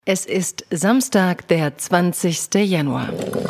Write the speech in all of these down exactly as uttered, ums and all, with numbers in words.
Es ist Samstag, der zwanzigster Januar.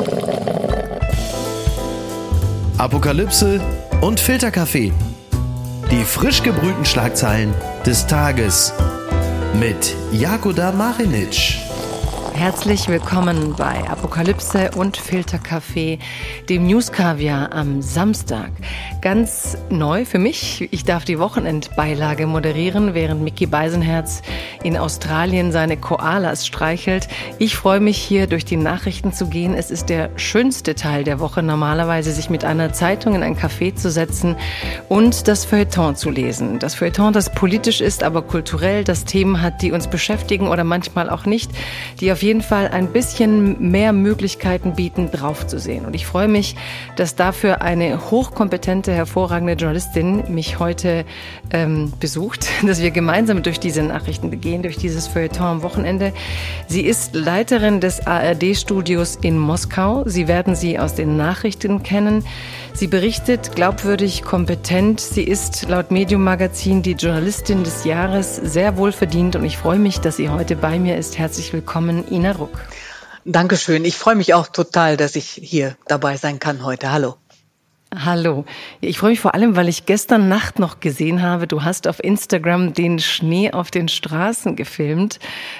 Apokalypse und Filterkaffee. Die frisch gebrühten Schlagzeilen des Tages mit Jagoda Marinic. Herzlich willkommen bei Apokalypse und Filterkaffee, dem News-Kaviar am Samstag. Ganz neu für mich, ich darf die Wochenendbeilage moderieren, während Micky Beisenherz in Australien seine Koalas streichelt. Ich freue mich, hier durch die Nachrichten zu gehen. Es ist der schönste Teil der Woche normalerweise, sich mit einer Zeitung in ein Café zu setzen und das Feuilleton zu lesen. Das Feuilleton, das politisch ist, aber kulturell, das Themen hat, die uns beschäftigen oder manchmal auch nicht, die auf jeden Fall ein bisschen mehr Möglichkeiten bieten, draufzusehen. Und ich freue mich, dass dafür eine hochkompetente, hervorragende Journalistin mich heute ähm, besucht, dass wir gemeinsam durch diese Nachrichten gehen, durch dieses Feuilleton am Wochenende. Sie ist Leiterin des A R D-Studios in Moskau. Sie werden sie aus den Nachrichten kennen. Sie berichtet glaubwürdig, kompetent. Sie ist laut Medium Magazin die Journalistin des Jahres, sehr wohlverdient. Und ich freue mich, dass sie heute bei mir ist. Herzlich willkommen, Ina Ruck. Dankeschön. Ich freue mich auch total, dass ich hier dabei sein kann heute. Hallo. Hallo. Ich freue mich vor allem, weil ich gestern Nacht noch gesehen habe, du hast auf Instagram den Schnee auf den Straßen gefilmt.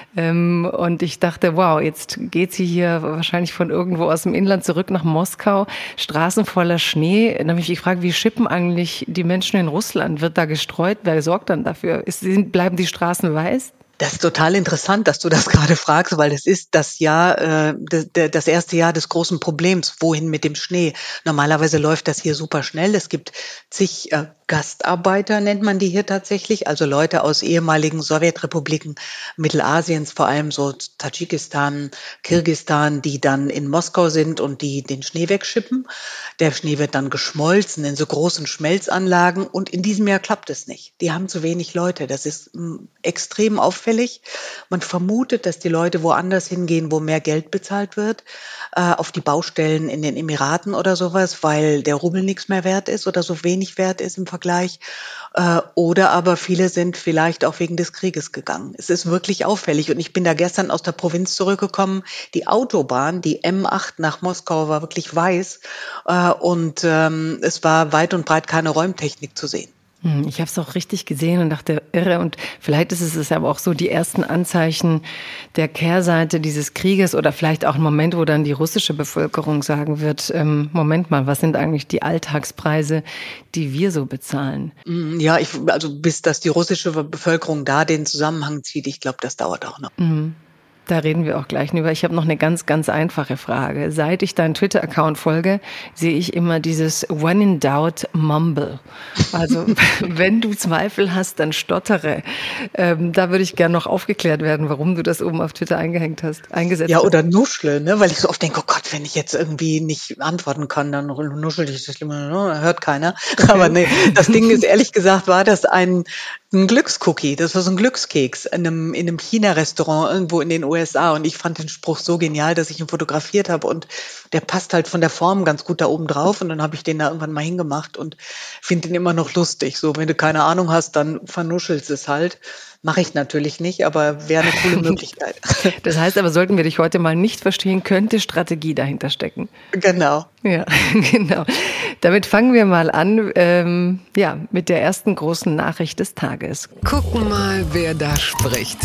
Und ich dachte, wow, jetzt geht sie hier wahrscheinlich von irgendwo aus dem Inland zurück nach Moskau. Straßen voller Schnee. Dann habe ich mich gefragt, wie schippen eigentlich die Menschen in Russland? Wird da gestreut? Wer sorgt dann dafür? Ist, bleiben die Straßen weiß? Das ist total interessant, dass du das gerade fragst, weil es ist das Jahr, äh, das erste Jahr des großen Problems. Wohin mit dem Schnee? Normalerweise läuft das hier super schnell. Es gibt zig äh, Gastarbeiter, nennt man die hier tatsächlich, also Leute aus ehemaligen Sowjetrepubliken Mittelasiens, vor allem so Tadschikistan, Kirgisistan, die dann in Moskau sind und die den Schnee wegschippen. Der Schnee wird dann geschmolzen in so großen Schmelzanlagen und in diesem Jahr klappt es nicht. Die haben zu wenig Leute. Das ist mh, extrem auffällig. Man vermutet, dass die Leute woanders hingehen, wo mehr Geld bezahlt wird, äh, auf die Baustellen in den Emiraten oder sowas, weil der Rubel nichts mehr wert ist oder so wenig wert ist im Vergleich. Äh, oder aber viele sind vielleicht auch wegen des Krieges gegangen. Es ist wirklich auffällig und ich bin da gestern aus der Provinz zurückgekommen. Die Autobahn, die M acht nach Moskau war wirklich weiß äh, und ähm, es war weit und breit keine Räumtechnik zu sehen. Ich habe es auch richtig gesehen und dachte, irre. Und vielleicht ist es aber auch so die ersten Anzeichen der Kehrseite dieses Krieges oder vielleicht auch ein Moment, wo dann die russische Bevölkerung sagen wird, ähm, Moment mal, was sind eigentlich die Alltagspreise, die wir so bezahlen? Ja, ich, also bis dass die russische Bevölkerung da den Zusammenhang zieht, ich glaube, das dauert auch noch. Mhm. Da reden wir auch gleich drüber. Ich habe noch eine ganz, ganz einfache Frage. Seit ich deinen Twitter-Account folge, sehe ich immer dieses When in doubt, mumble. Also wenn du Zweifel hast, dann stottere. Ähm, da würde ich gerne noch aufgeklärt werden, warum du das oben auf Twitter eingehängt hast, eingesetzt ja, hast. Ja, oder nuschle, ne? Weil ich so oft denke, oh Gott, wenn ich jetzt irgendwie nicht antworten kann, dann nuschel ich das immer, ne? Hört keiner. Aber nee, das Ding ist, ehrlich gesagt, war das ein ein Glückscookie, das war so ein Glückskeks in einem, in einem China-Restaurant irgendwo in den U S A und ich fand den Spruch so genial, dass ich ihn fotografiert habe und der passt halt von der Form ganz gut da oben drauf und dann habe ich den da irgendwann mal hingemacht und finde ihn immer noch lustig. So, wenn du keine Ahnung hast, dann vernuschelst es halt. Mache ich natürlich nicht, aber wäre eine coole Möglichkeit. Das heißt aber, sollten wir dich heute mal nicht verstehen, könnte Strategie dahinter stecken. Genau. Ja, genau. Damit fangen wir mal an, ähm, ja, mit der ersten großen Nachricht des Tages. Gucken mal, wer da spricht.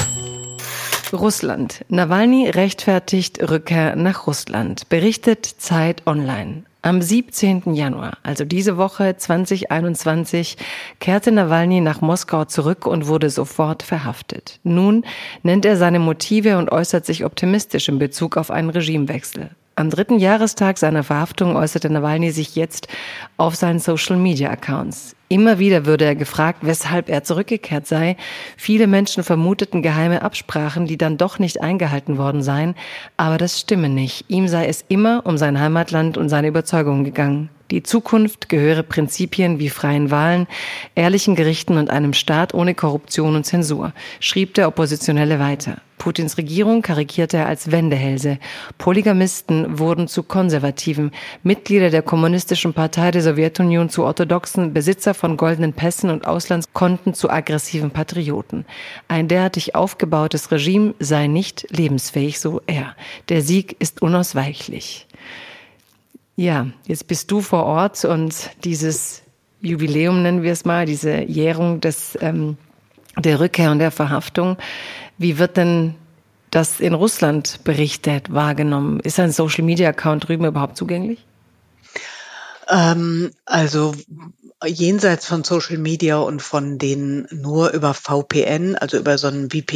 Russland. Nawalny rechtfertigt Rückkehr nach Russland, berichtet Zeit Online. Am siebzehnten Januar, also diese Woche zweitausendeinundzwanzig, kehrte Nawalny nach Moskau zurück und wurde sofort verhaftet. Nun nennt er seine Motive und äußert sich optimistisch in Bezug auf einen Regimewechsel. Am dritten Jahrestag seiner Verhaftung äußerte Nawalny sich jetzt auf seinen Social-Media-Accounts. Immer wieder würde er gefragt, weshalb er zurückgekehrt sei. Viele Menschen vermuteten geheime Absprachen, die dann doch nicht eingehalten worden seien. Aber das stimme nicht. Ihm sei es immer um sein Heimatland und seine Überzeugungen gegangen. Die Zukunft gehöre Prinzipien wie freien Wahlen, ehrlichen Gerichten und einem Staat ohne Korruption und Zensur, schrieb der Oppositionelle weiter. Putins Regierung karikierte er als Wendehälse. Polygamisten wurden zu Konservativen, Mitglieder der Kommunistischen Partei der Sowjetunion zu Orthodoxen, Besitzer von goldenen Pässen und Auslandskonten zu aggressiven Patrioten. Ein derartig aufgebautes Regime sei nicht lebensfähig, so er. Der Sieg ist unausweichlich. Ja, jetzt bist du vor Ort und dieses Jubiläum, nennen wir es mal, diese Jährung des, ähm, der Rückkehr und der Verhaftung. Wie wird denn das in Russland berichtet, wahrgenommen? Ist ein Social-Media-Account drüben überhaupt zugänglich? Ähm, also jenseits von Social Media und von den nur über V P N, also über so ein V P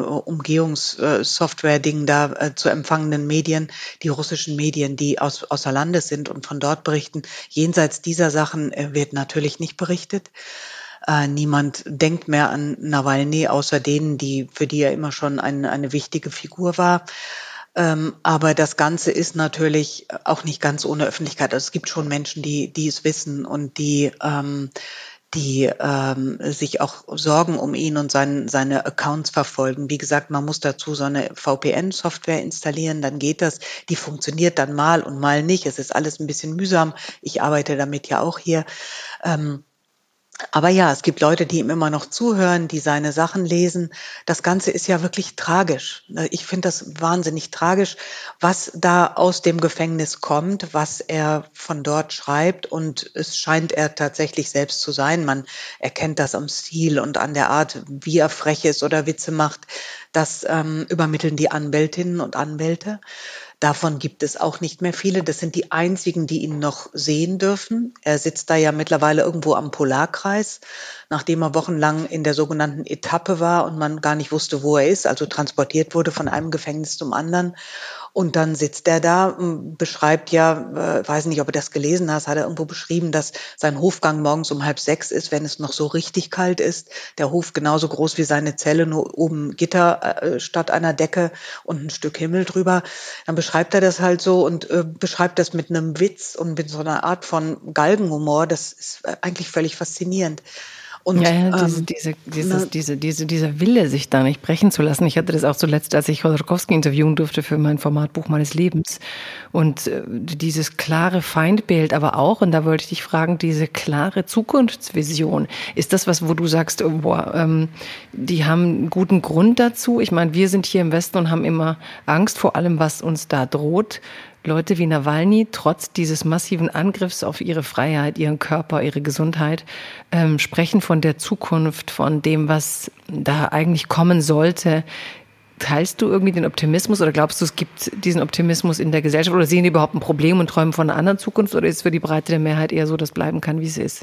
N-Umgehungssoftware-Ding da äh, zu empfangenen Medien, die russischen Medien, die aus, außer Landes sind und von dort berichten, jenseits dieser Sachen äh, wird natürlich nicht berichtet. Äh, niemand denkt mehr an Nawalny, außer denen, die, für die er immer schon ein, eine wichtige Figur war. Ähm, aber das Ganze ist natürlich auch nicht ganz ohne Öffentlichkeit. Also es gibt schon Menschen, die, die es wissen und die, ähm, die ähm, sich auch Sorgen um ihn und sein, seine Accounts verfolgen. Wie gesagt, man muss dazu so eine V P N-Software installieren, dann geht das. Die funktioniert dann mal und mal nicht. Es ist alles ein bisschen mühsam. Ich arbeite damit ja auch hier. Ähm, Aber ja, es gibt Leute, die ihm immer noch zuhören, die seine Sachen lesen. Das Ganze ist ja wirklich tragisch. Ich finde das wahnsinnig tragisch, was da aus dem Gefängnis kommt, was er von dort schreibt. Und es scheint er tatsächlich selbst zu sein. Man erkennt das am Stil und an der Art, wie er frech ist oder Witze macht. Das ähm, übermitteln die Anwältinnen und Anwälte. Davon gibt es auch nicht mehr viele. Das sind die einzigen, die ihn noch sehen dürfen. Er sitzt da ja mittlerweile irgendwo am Polarkreis, nachdem er wochenlang in der sogenannten Etappe war und man gar nicht wusste, wo er ist, also transportiert wurde von einem Gefängnis zum anderen. Und dann sitzt er da, beschreibt ja, weiß nicht, ob du das gelesen hast, hat er irgendwo beschrieben, dass sein Hofgang morgens um halb sechs ist, wenn es noch so richtig kalt ist. Der Hof genauso groß wie seine Zelle, nur oben Gitter äh, statt einer Decke und ein Stück Himmel drüber. Dann beschreibt er das halt so und äh, beschreibt das mit einem Witz und mit so einer Art von Galgenhumor. Das ist eigentlich völlig faszinierend. Und, ja, ja, diese, ähm, diese, dieses, ne, diese, diese, dieser Wille, sich da nicht brechen zu lassen. Ich hatte das auch zuletzt, als ich Chodorkowski interviewen durfte für mein Format Buch meines Lebens. Und äh, dieses klare Feindbild, aber auch, und da wollte ich dich fragen, diese klare Zukunftsvision. Ist das was, wo du sagst, oh, boah, ähm, die haben einen guten Grund dazu? Ich meine, wir sind hier im Westen und haben immer Angst vor allem, was uns da droht. Leute wie Nawalny, trotz dieses massiven Angriffs auf ihre Freiheit, ihren Körper, ihre Gesundheit, ähm, sprechen von der Zukunft, von dem, was da eigentlich kommen sollte. Teilst du irgendwie den Optimismus oder glaubst du, es gibt diesen Optimismus in der Gesellschaft oder sehen die überhaupt ein Problem und träumen von einer anderen Zukunft oder ist es für die Breite der Mehrheit eher so, dass bleiben kann, wie es ist?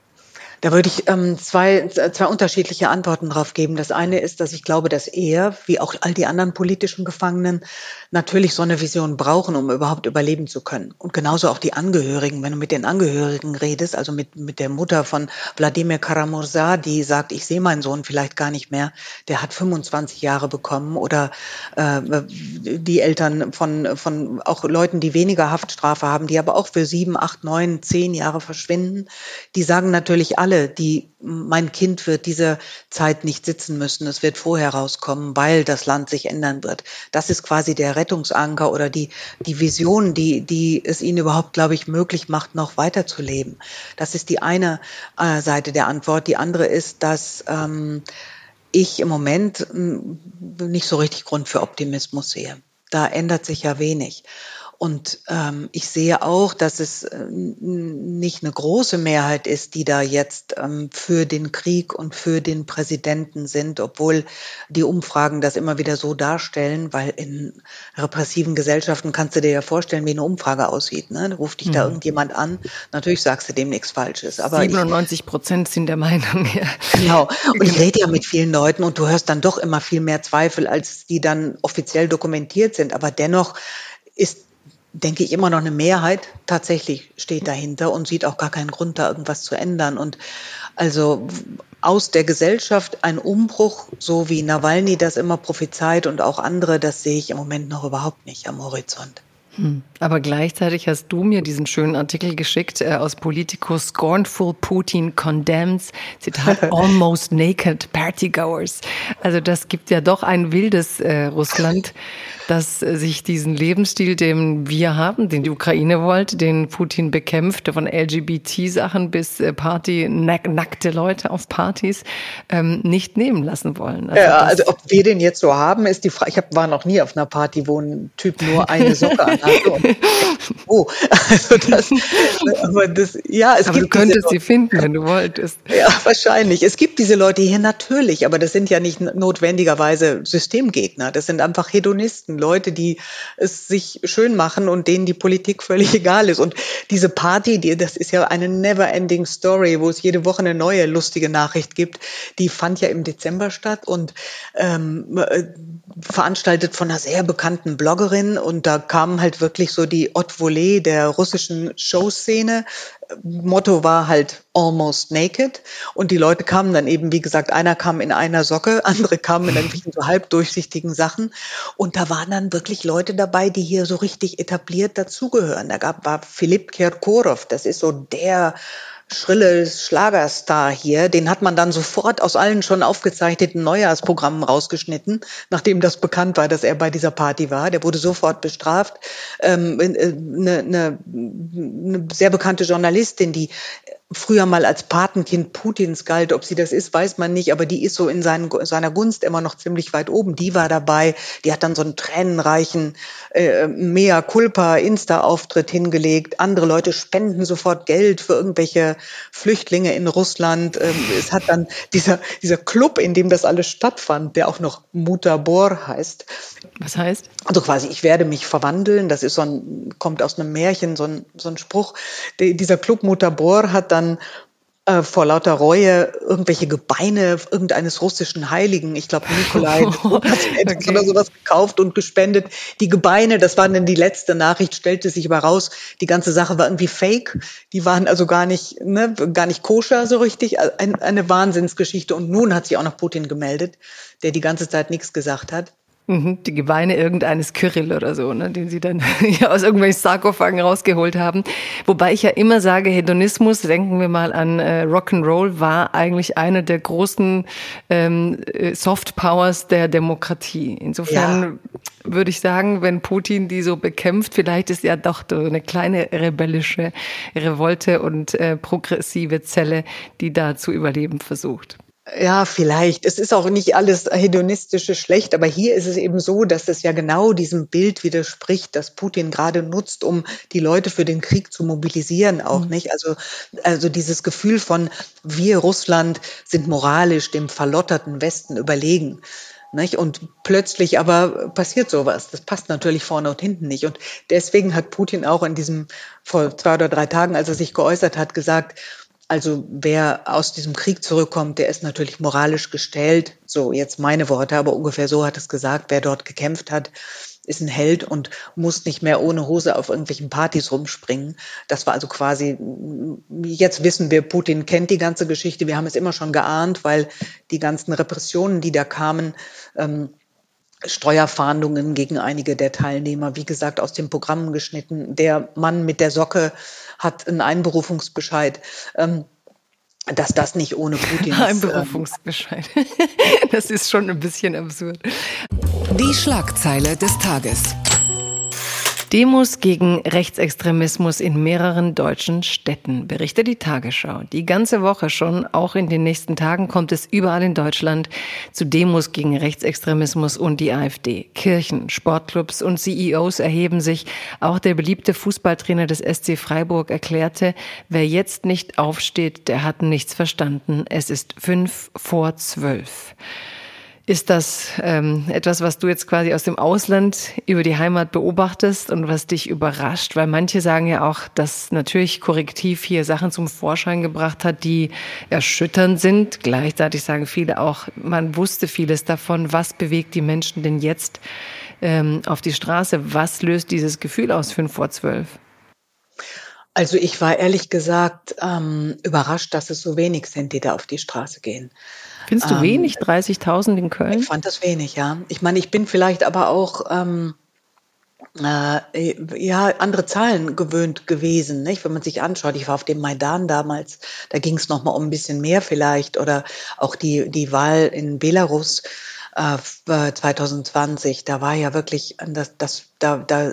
Da würde ich ähm, zwei, zwei unterschiedliche Antworten drauf geben. Das eine ist, dass ich glaube, dass er, wie auch all die anderen politischen Gefangenen, natürlich so eine Vision brauchen, um überhaupt überleben zu können. Und genauso auch die Angehörigen. Wenn du mit den Angehörigen redest, also mit, mit der Mutter von Wladimir Karamurza, die sagt, ich sehe meinen Sohn vielleicht gar nicht mehr, der hat fünfundzwanzig Jahre bekommen. Oder äh, die Eltern von, von auch Leuten, die weniger Haftstrafe haben, die aber auch für sieben, acht, neun, zehn Jahre verschwinden, die sagen natürlich alle, die, mein Kind wird diese Zeit nicht sitzen müssen, es wird vorher rauskommen, weil das Land sich ändern wird. Das ist quasi der Rettungsanker oder die, die Vision, die, die es ihnen überhaupt, glaube ich, möglich macht, noch weiterzuleben. Das ist die eine äh, Seite der Antwort. Die andere ist, dass ähm, ich im Moment m, nicht so richtig Grund für Optimismus sehe. Da ändert sich ja wenig. Und ähm, ich sehe auch, dass es äh, nicht eine große Mehrheit ist, die da jetzt ähm, für den Krieg und für den Präsidenten sind, obwohl die Umfragen das immer wieder so darstellen, weil in repressiven Gesellschaften kannst du dir ja vorstellen, wie eine Umfrage aussieht. Ne? Ruft dich mhm. da irgendjemand an, natürlich sagst du dem nichts Falsches. Aber siebenundneunzig Prozent sind der Meinung, ja. Genau. Und ich rede ja mit vielen Leuten und du hörst dann doch immer viel mehr Zweifel, als die dann offiziell dokumentiert sind. Aber dennoch ist, denke ich, immer noch eine Mehrheit tatsächlich steht dahinter und sieht auch gar keinen Grund, da irgendwas zu ändern. Und also aus der Gesellschaft ein Umbruch, so wie Nawalny das immer prophezeit und auch andere, das sehe ich im Moment noch überhaupt nicht am Horizont. Hm. Aber gleichzeitig hast du mir diesen schönen Artikel geschickt äh, aus Politico: Scornful Putin condemns, Zitat, almost naked partygoers. Also das gibt ja doch ein wildes äh, Russland, das äh, sich diesen Lebensstil, den wir haben, den die Ukraine wollte, den Putin bekämpft, von L G B T-Sachen bis äh, Party, nack, nackte Leute auf Partys, ähm, nicht nehmen lassen wollen. Also ja, also ob wir den jetzt so haben, ist die Frage. Ich hab, war noch nie auf einer Party, wo ein Typ nur eine Socke anhatte. Und oh, also das, aber das, ja, es aber gibt du könntest diese sie finden, wenn du wolltest. Ja, wahrscheinlich. Es gibt diese Leute hier natürlich, aber das sind ja nicht notwendigerweise Systemgegner. Das sind einfach Hedonisten, Leute, die es sich schön machen und denen die Politik völlig egal ist. Und diese Party, die, das ist ja eine never-ending Story, wo es jede Woche eine neue lustige Nachricht gibt. Die fand ja im Dezember statt und ähm, veranstaltet von einer sehr bekannten Bloggerin. Und da kamen halt wirklich so die Haute Volée der russischen Showszene. Motto war halt almost naked und die Leute kamen dann eben, wie gesagt, einer kam in einer Socke, andere kamen in irgendwelchen so halbdurchsichtigen Sachen und da waren dann wirklich Leute dabei, die hier so richtig etabliert dazugehören. Da gab war Philipp Kirkorov, das ist so der schrille Schlagerstar hier, den hat man dann sofort aus allen schon aufgezeichneten Neujahrsprogrammen rausgeschnitten, nachdem das bekannt war, dass er bei dieser Party war. Der wurde sofort bestraft. Ähm, eine, eine, eine sehr bekannte Journalistin, die früher mal als Patenkind Putins galt, ob sie das ist, weiß man nicht, aber die ist so in seinen, seiner Gunst immer noch ziemlich weit oben. Die war dabei, die hat dann so einen tränenreichen äh, Mea Culpa Insta-Auftritt hingelegt. Andere Leute spenden sofort Geld für irgendwelche Flüchtlinge in Russland. Ähm, es hat dann dieser, dieser Club, in dem das alles stattfand, der auch noch Mutabor heißt. Was heißt? Also quasi, ich werde mich verwandeln. Das ist so ein, kommt aus einem Märchen, so ein, so ein Spruch. Der, dieser Club Mutabor hat dann äh, vor lauter Reue irgendwelche Gebeine irgendeines russischen Heiligen, ich glaube Nikolai, okay. oder sowas gekauft und gespendet. Die Gebeine, das war dann die letzte Nachricht, stellte sich aber raus, die ganze Sache war irgendwie fake. Die waren also gar nicht, ne, gar nicht koscher so richtig. Ein, eine Wahnsinnsgeschichte. Und nun hat sich auch noch Putin gemeldet, der die ganze Zeit nichts gesagt hat. Die Gebeine irgendeines Kyrill oder so, ne, den sie dann ja, aus irgendwelchen Sarkophagen rausgeholt haben. Wobei ich ja immer sage, Hedonismus, denken wir mal an äh, Rock'n'Roll, war eigentlich eine der großen ähm, Soft Powers der Demokratie. Insofern ja. würde ich sagen, wenn Putin die so bekämpft, vielleicht ist ja doch so eine kleine rebellische Revolte und äh, progressive Zelle, die da zu überleben versucht. Ja, vielleicht. Es ist auch nicht alles hedonistische schlecht, aber hier ist es eben so, dass es ja genau diesem Bild widerspricht, das Putin gerade nutzt, um die Leute für den Krieg zu mobilisieren, auch mhm. nicht. Also, also dieses Gefühl von wir Russland sind moralisch dem verlotterten Westen überlegen. Nicht? Und plötzlich aber passiert sowas. Das passt natürlich vorne und hinten nicht. Und deswegen hat Putin auch in diesem, vor zwei oder drei Tagen, als er sich geäußert hat, gesagt, also wer aus diesem Krieg zurückkommt, der ist natürlich moralisch gestellt. So jetzt meine Worte, aber ungefähr so hat es gesagt. Wer dort gekämpft hat, ist ein Held und muss nicht mehr ohne Hose auf irgendwelchen Partys rumspringen. Das war also quasi, jetzt wissen wir, Putin kennt die ganze Geschichte. Wir haben es immer schon geahnt, weil die ganzen Repressionen, die da kamen, ähm, Steuerfahndungen gegen einige der Teilnehmer, wie gesagt, aus den Programmen geschnitten. Der Mann mit der Socke hat einen Einberufungsbescheid. Ähm, dass das nicht ohne Putin ist. Einberufungsbescheid. Das ist schon ein bisschen absurd. Die Schlagzeile des Tages. Demos gegen Rechtsextremismus in mehreren deutschen Städten, berichtet die Tagesschau. Die ganze Woche schon, auch in den nächsten Tagen, kommt es überall in Deutschland zu Demos gegen Rechtsextremismus und die AfD. Kirchen, Sportclubs und C E Os erheben sich. Auch der beliebte Fußballtrainer des S C Freiburg erklärte, wer jetzt nicht aufsteht, der hat nichts verstanden. Es ist fünf vor zwölf. Ist das ähm, etwas, was du jetzt quasi aus dem Ausland über die Heimat beobachtest und was dich überrascht? Weil manche sagen ja auch, dass natürlich Korrektiv hier Sachen zum Vorschein gebracht hat, die erschütternd sind. Gleichzeitig sagen viele auch, man wusste vieles davon. Was bewegt die Menschen denn jetzt ähm, auf die Straße? Was löst dieses Gefühl aus, fünf vor zwölf? Also ich war ehrlich gesagt ähm, überrascht, dass es so wenig sind, die da auf die Straße gehen. Findest du ähm, wenig, dreißigtausend in Köln? Ich fand das wenig, ja. Ich meine, ich bin vielleicht aber auch ähm, äh, ja, andere Zahlen gewöhnt gewesen, nicht? Wenn man sich anschaut, ich war auf dem Maidan damals, da ging es noch mal um ein bisschen mehr vielleicht, oder auch die die Wahl in Belarus äh, zwanzig zwanzig, da war ja wirklich, das, das, da, da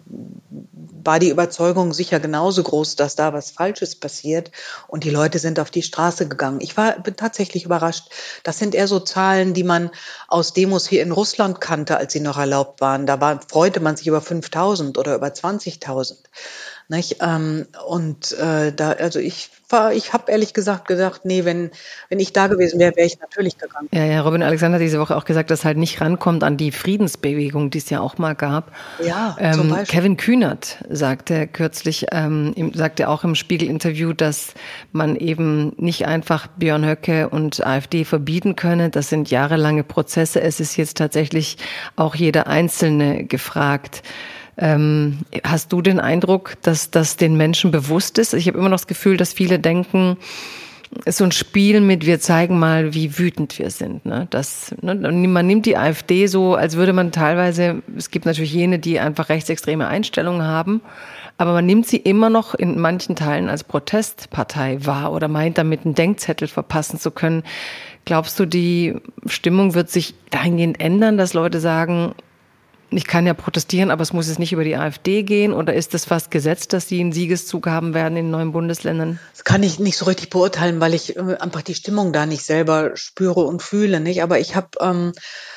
war die Überzeugung sicher genauso groß, dass da was Falsches passiert, und die Leute sind auf die Straße gegangen. Ich war bin tatsächlich überrascht. Das sind eher so Zahlen, die man aus Demos hier in Russland kannte, als sie noch erlaubt waren. Da war, freute man sich über fünftausend oder über zwanzigtausend. Nicht? Ähm, und äh, da, also ich war, ich habe ehrlich gesagt gedacht, nee, wenn wenn ich da gewesen wäre, wäre ich natürlich gegangen. Ja, ja, Robin Alexander hat diese Woche auch gesagt, dass halt nicht rankommt an die Friedensbewegung, die es ja auch mal gab. Ja, ähm, zum Beispiel. Kevin Kühnert sagte kürzlich, ähm, im, sagte auch im Spiegel-Interview, dass man eben nicht einfach Björn Höcke und AfD verbieten könne. Das sind jahrelange Prozesse. Es ist jetzt tatsächlich auch jeder Einzelne gefragt. Ähm, hast du den Eindruck, dass das den Menschen bewusst ist? Ich habe immer noch das Gefühl, dass viele denken, es ist so ein Spiel mit, wir zeigen mal, wie wütend wir sind. Ne? Das, ne? Man nimmt die AfD so, als würde man teilweise, es gibt natürlich jene, die einfach rechtsextreme Einstellungen haben, aber man nimmt sie immer noch in manchen Teilen als Protestpartei wahr oder meint damit einen Denkzettel verpassen zu können. Glaubst du, die Stimmung wird sich dahingehend ändern, dass Leute sagen, ich kann ja protestieren, aber es muss jetzt nicht über die AfD gehen? Oder ist das fast gesetzt, dass sie einen Siegeszug haben werden in neuen Bundesländern? Das kann ich nicht so richtig beurteilen, weil ich äh, einfach die Stimmung da nicht selber spüre und fühle, nicht? Aber ich habe, ähm,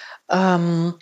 ähm,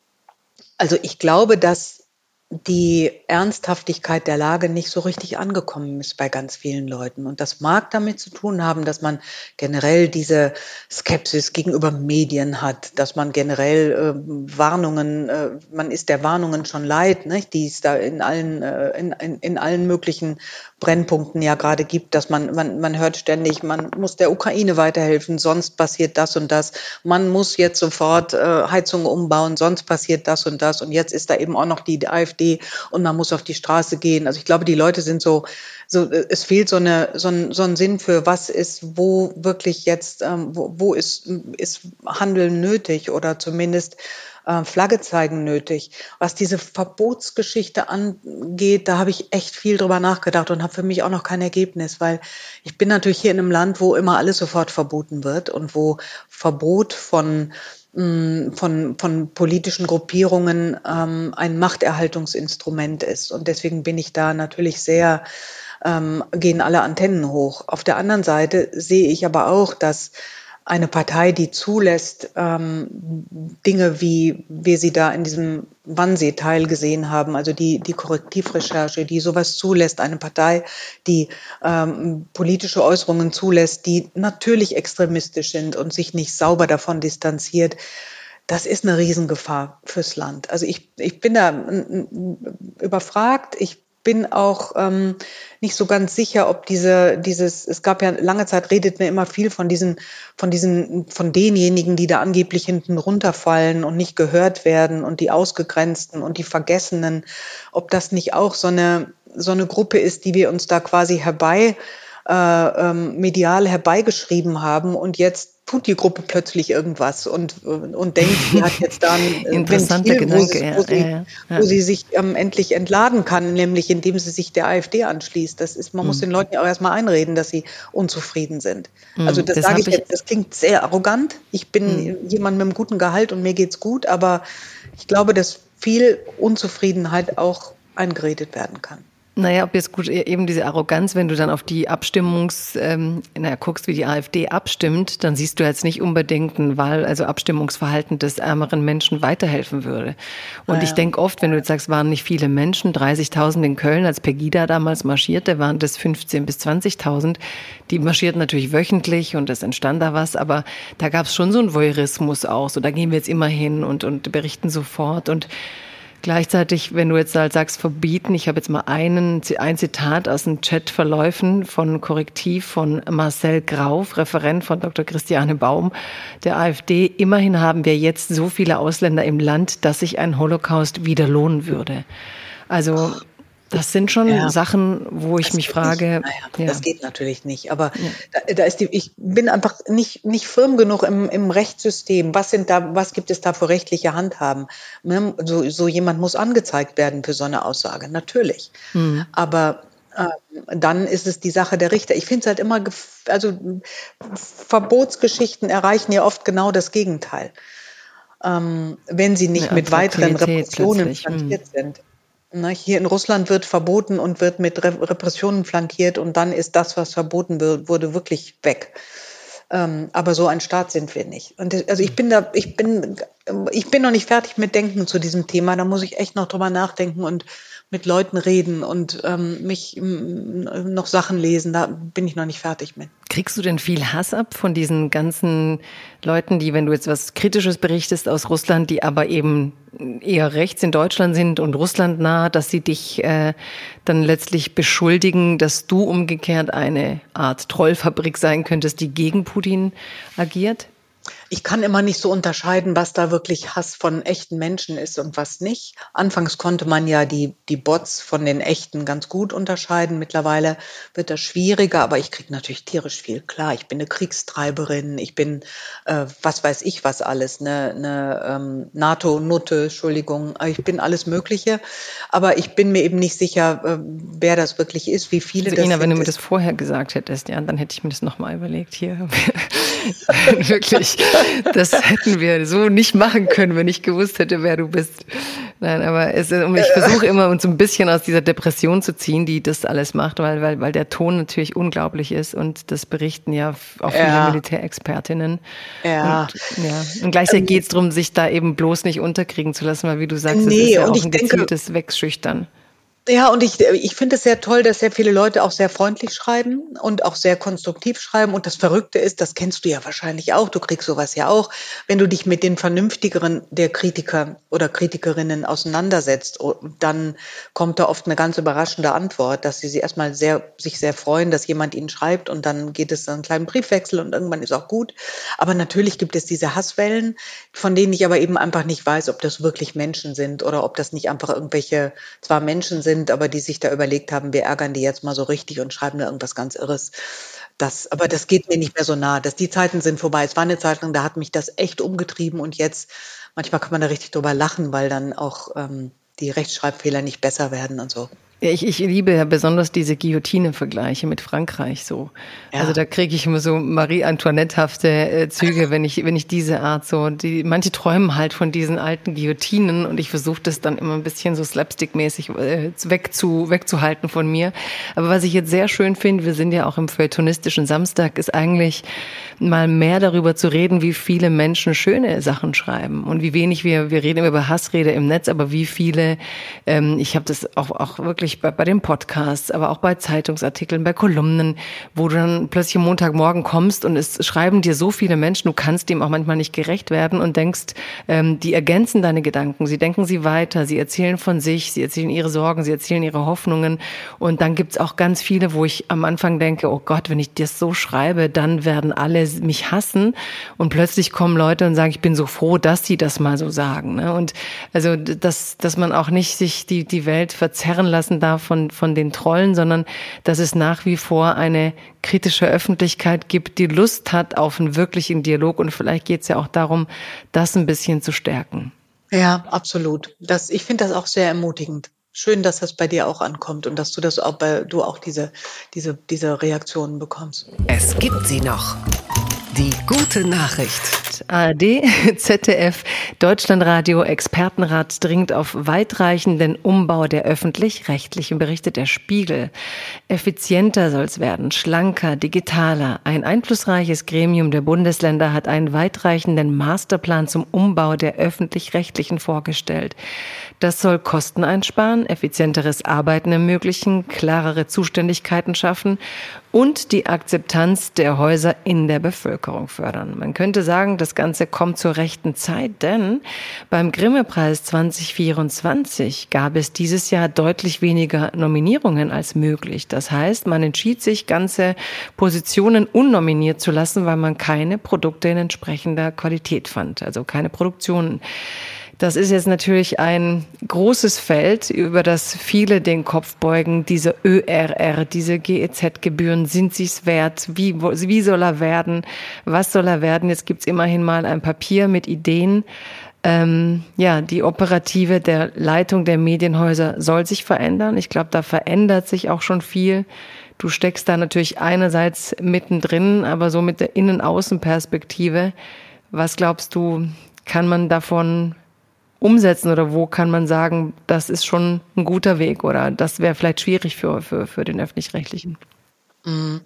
also ich glaube, dass die Ernsthaftigkeit der Lage nicht so richtig angekommen ist bei ganz vielen Leuten. Und das mag damit zu tun haben, dass man generell diese Skepsis gegenüber Medien hat, dass man generell äh, Warnungen, äh, man ist der Warnungen schon leid, nicht? Die es da in allen, äh, in, in, in allen möglichen Brennpunkten ja gerade gibt, dass man, man, man hört ständig, man muss der Ukraine weiterhelfen, sonst passiert das und das. Man muss jetzt sofort äh, Heizungen umbauen, sonst passiert das und das. Und jetzt ist da eben auch noch die AfD und man muss auf die Straße gehen. Also ich glaube, die Leute sind so, so es fehlt so eine, so ein, so ein Sinn für, was ist, wo wirklich jetzt, ähm, wo, wo ist, ist Handeln nötig oder zumindest äh, Flagge zeigen nötig. Was diese Verbotsgeschichte angeht, da habe ich echt viel drüber nachgedacht und habe für mich auch noch kein Ergebnis, weil ich bin natürlich hier in einem Land, wo immer alles sofort verboten wird und wo Verbot von von, von politischen Gruppierungen ähm, ein Machterhaltungsinstrument ist. Und deswegen bin ich da natürlich sehr, ähm, gehen alle Antennen hoch. Auf der anderen Seite sehe ich aber auch, dass eine Partei, die zulässt, ähm, Dinge, wie wir sie da in diesem Wannsee-Teil gesehen haben, also die, die Korrektivrecherche, die sowas zulässt, eine Partei, die ähm, politische Äußerungen zulässt, die natürlich extremistisch sind und sich nicht sauber davon distanziert, das ist eine Riesengefahr fürs Land. Also ich, ich bin da überfragt, ich bin auch ähm, nicht so ganz sicher, ob diese, dieses, es gab ja lange Zeit, redet mir immer viel von diesen, von diesen, von denjenigen, die da angeblich hinten runterfallen und nicht gehört werden und die Ausgegrenzten und die Vergessenen, ob das nicht auch so eine, so eine Gruppe ist, die wir uns da quasi herbei, äh, ähm, medial herbeigeschrieben haben und jetzt tut die Gruppe plötzlich irgendwas und, und denkt, sie hat jetzt da ein Interessanter Ventil, Gedanke, wo sie, ja, wo sie, ja, ja, ja. wo sie sich ähm, endlich entladen kann, nämlich indem sie sich der AfD anschließt. Das ist, man muss den Leuten ja auch erstmal einreden, dass sie unzufrieden sind. Also das, das sage hab ich ich- jetzt, das klingt sehr arrogant. Ich bin jemand mit einem guten Gehalt und mir geht's gut, aber ich glaube, dass viel Unzufriedenheit auch eingeredet werden kann. Naja, ob jetzt gut, eben diese Arroganz, wenn du dann auf die Abstimmungs, ähm, naja, guckst, wie die AfD abstimmt, dann siehst du jetzt nicht unbedingt ein Wahl, also Abstimmungsverhalten des ärmeren Menschen weiterhelfen würde. Und Naja. ich denke oft, wenn du jetzt sagst, waren nicht viele Menschen, dreißigtausend in Köln, als Pegida damals marschierte, waren das fünfzehntausend bis zwanzigtausend. Die marschierten natürlich wöchentlich und es entstand da was, aber da gab es schon so einen Voyeurismus auch, so da gehen wir jetzt immer hin und, und berichten sofort und gleichzeitig, wenn du jetzt halt sagst, verbieten, ich habe jetzt mal einen, ein Zitat aus den Chatverläufen von Korrektiv von Marcel Grauf, Referent von Doktor Christiane Baum, der AfD. Immerhin haben wir jetzt so viele Ausländer im Land, dass sich ein Holocaust wieder lohnen würde. Also Das sind schon Ja. Sachen, wo ich Das mich geht frage. nicht. Naja, Ja. das geht natürlich nicht. Aber Ja. da, da ist die, ich bin einfach nicht, nicht firm genug im, im Rechtssystem. Was sind da, was gibt es da für rechtliche Handhaben? Ne? So, so jemand muss angezeigt werden für so eine Aussage. Natürlich. Mhm. Aber ähm, dann ist es die Sache der Richter. Ich finde es halt immer, gef- also Verbotsgeschichten erreichen ja oft genau das Gegenteil. Ähm, wenn sie nicht Eine mit weiteren Attraktivität Repressionen plötzlich. flankiert sind. Ne, hier in Russland wird verboten und wird mit Re Repressionen flankiert und dann ist das, was verboten wird, wurde wirklich weg. Ähm, aber so ein Staat sind wir nicht. Und das- also ich bin da, ich bin, ich bin noch nicht fertig mit Denken zu diesem Thema. Da muss ich echt noch drüber nachdenken und mit Leuten reden und ähm, mich m, noch Sachen lesen. Da bin ich noch nicht fertig mit. Kriegst du denn viel Hass ab von diesen ganzen Leuten, die, wenn du jetzt was Kritisches berichtest aus Russland, die aber eben eher rechts in Deutschland sind und Russland nah, dass sie dich äh, dann letztlich beschuldigen, dass du umgekehrt eine Art Trollfabrik sein könntest, die gegen Putin agiert? Ich kann immer nicht so unterscheiden, was da wirklich Hass von echten Menschen ist und was nicht. Anfangs konnte man ja die, die Bots von den echten ganz gut unterscheiden. Mittlerweile wird das schwieriger, aber ich kriege natürlich tierisch viel. Klar, ich bin eine Kriegstreiberin, ich bin, äh, was weiß ich was alles, eine, eine ähm, NATO-Nutte, Entschuldigung, ich bin alles Mögliche. Aber ich bin mir eben nicht sicher, äh, wer das wirklich ist, wie viele Also das Ina, sind. wenn du mir das vorher gesagt hättest, ja, dann hätte ich mir das nochmal überlegt hier. Wirklich, das hätten wir so nicht machen können, wenn ich gewusst hätte, wer du bist. Nein, aber es, ich versuche immer, uns so ein bisschen aus dieser Depression zu ziehen, die das alles macht, weil, weil, weil der Ton natürlich unglaublich ist und das berichten ja auch viele Ja. Militärexpertinnen. Ja. Und, ja. und gleichzeitig geht es darum, sich da eben bloß nicht unterkriegen zu lassen, weil wie du sagst, es Nee, ist ja und auch ich ein denke- gezieltes Wegschüchtern. Ja, und ich, ich finde es sehr toll, dass sehr viele Leute auch sehr freundlich schreiben und auch sehr konstruktiv schreiben. Und das Verrückte ist, das kennst du ja wahrscheinlich auch, du kriegst sowas ja auch, wenn du dich mit den vernünftigeren der Kritiker oder Kritikerinnen auseinandersetzt, dann kommt da oft eine ganz überraschende Antwort, dass sie sich erstmal sehr, sich sehr freuen, dass jemand ihnen schreibt und dann geht es dann einen kleinen Briefwechsel und irgendwann ist auch gut. Aber natürlich gibt es diese Hasswellen, von denen ich aber eben einfach nicht weiß, ob das wirklich Menschen sind oder ob das nicht einfach irgendwelche, zwar Menschen sind, aber die sich da überlegt haben, wir ärgern die jetzt mal so richtig und schreiben da irgendwas ganz Irres. Das, aber das geht mir nicht mehr so nah. Das, die Zeiten sind vorbei. Es war eine Zeit lang, da hat mich das echt umgetrieben und jetzt, manchmal kann man da richtig drüber lachen, weil dann auch ähm, die Rechtschreibfehler nicht besser werden und so. Ja, ich, ich liebe ja besonders diese Guillotine-Vergleiche mit Frankreich so. Ja. Also da kriege ich immer so Marie-Antoinette-hafte äh, Züge, wenn ich wenn ich diese Art so, die manche träumen halt von diesen alten Guillotinen und ich versuche das dann immer ein bisschen so slapstick-mäßig äh, wegzu, wegzuhalten von mir. Aber was ich jetzt sehr schön finde, wir sind ja auch im feuilletonistischen Samstag, ist eigentlich mal mehr darüber zu reden, wie viele Menschen schöne Sachen schreiben und wie wenig wir, wir reden immer über Hassrede im Netz, aber wie viele, ähm, ich habe das auch, auch wirklich Bei, bei den Podcasts, aber auch bei Zeitungsartikeln, bei Kolumnen, wo du dann plötzlich am Montagmorgen kommst und es schreiben dir so viele Menschen, du kannst dem auch manchmal nicht gerecht werden und denkst, ähm, die ergänzen deine Gedanken, sie denken sie weiter, sie erzählen von sich, sie erzählen ihre Sorgen, sie erzählen ihre Hoffnungen und dann gibt's auch ganz viele, wo ich am Anfang denke, oh Gott, wenn ich das so schreibe, dann werden alle mich hassen und plötzlich kommen Leute und sagen, ich bin so froh, dass sie das mal so sagen. Ne? Und also, dass, dass man auch nicht sich die, die Welt verzerren lassen darf von, von den Trollen, sondern dass es nach wie vor eine kritische Öffentlichkeit gibt, die Lust hat auf einen wirklichen Dialog und vielleicht geht es ja auch darum, das ein bisschen zu stärken. Ja, absolut. Das, ich finde das auch sehr ermutigend. Schön, dass das bei dir auch ankommt und dass du das auch bei, du auch diese, diese, diese Reaktionen bekommst. Es gibt sie noch. Die gute Nachricht. A R D, Z D F, Deutschlandradio, Expertenrat dringt auf weitreichenden Umbau der Öffentlich-Rechtlichen, berichtet der Spiegel. Effizienter soll es werden, schlanker, digitaler. Ein einflussreiches Gremium der Bundesländer hat einen weitreichenden Masterplan zum Umbau der Öffentlich-Rechtlichen vorgestellt. Das soll Kosten einsparen, effizienteres Arbeiten ermöglichen, klarere Zuständigkeiten schaffen und die Akzeptanz der Häuser in der Bevölkerung fördern. Man könnte sagen, das Ganze kommt zur rechten Zeit, denn beim Grimme-Preis zwanzig vierundzwanzig gab es dieses Jahr deutlich weniger Nominierungen als möglich. Das heißt, man entschied sich, ganze Positionen unnominiert zu lassen, weil man keine Produkte in entsprechender Qualität fand, also keine Produktionen. Das ist jetzt natürlich ein großes Feld, über das viele den Kopf beugen. Diese Ö R R, diese G E Z-Gebühren, sind sie es wert? Wie, wie soll er werden? Was soll er werden? Jetzt gibt's immerhin mal ein Papier mit Ideen. Ähm, ja, die Operative der Leitung der Medienhäuser soll sich verändern. Ich glaube, da verändert sich auch schon viel. Du steckst da natürlich einerseits mittendrin, aber so mit der Innen-Außen-Perspektive. Was glaubst du, kann man davon umsetzen oder wo kann man sagen, das ist schon ein guter Weg oder das wäre vielleicht schwierig für, für, für den Öffentlich-Rechtlichen? Mm.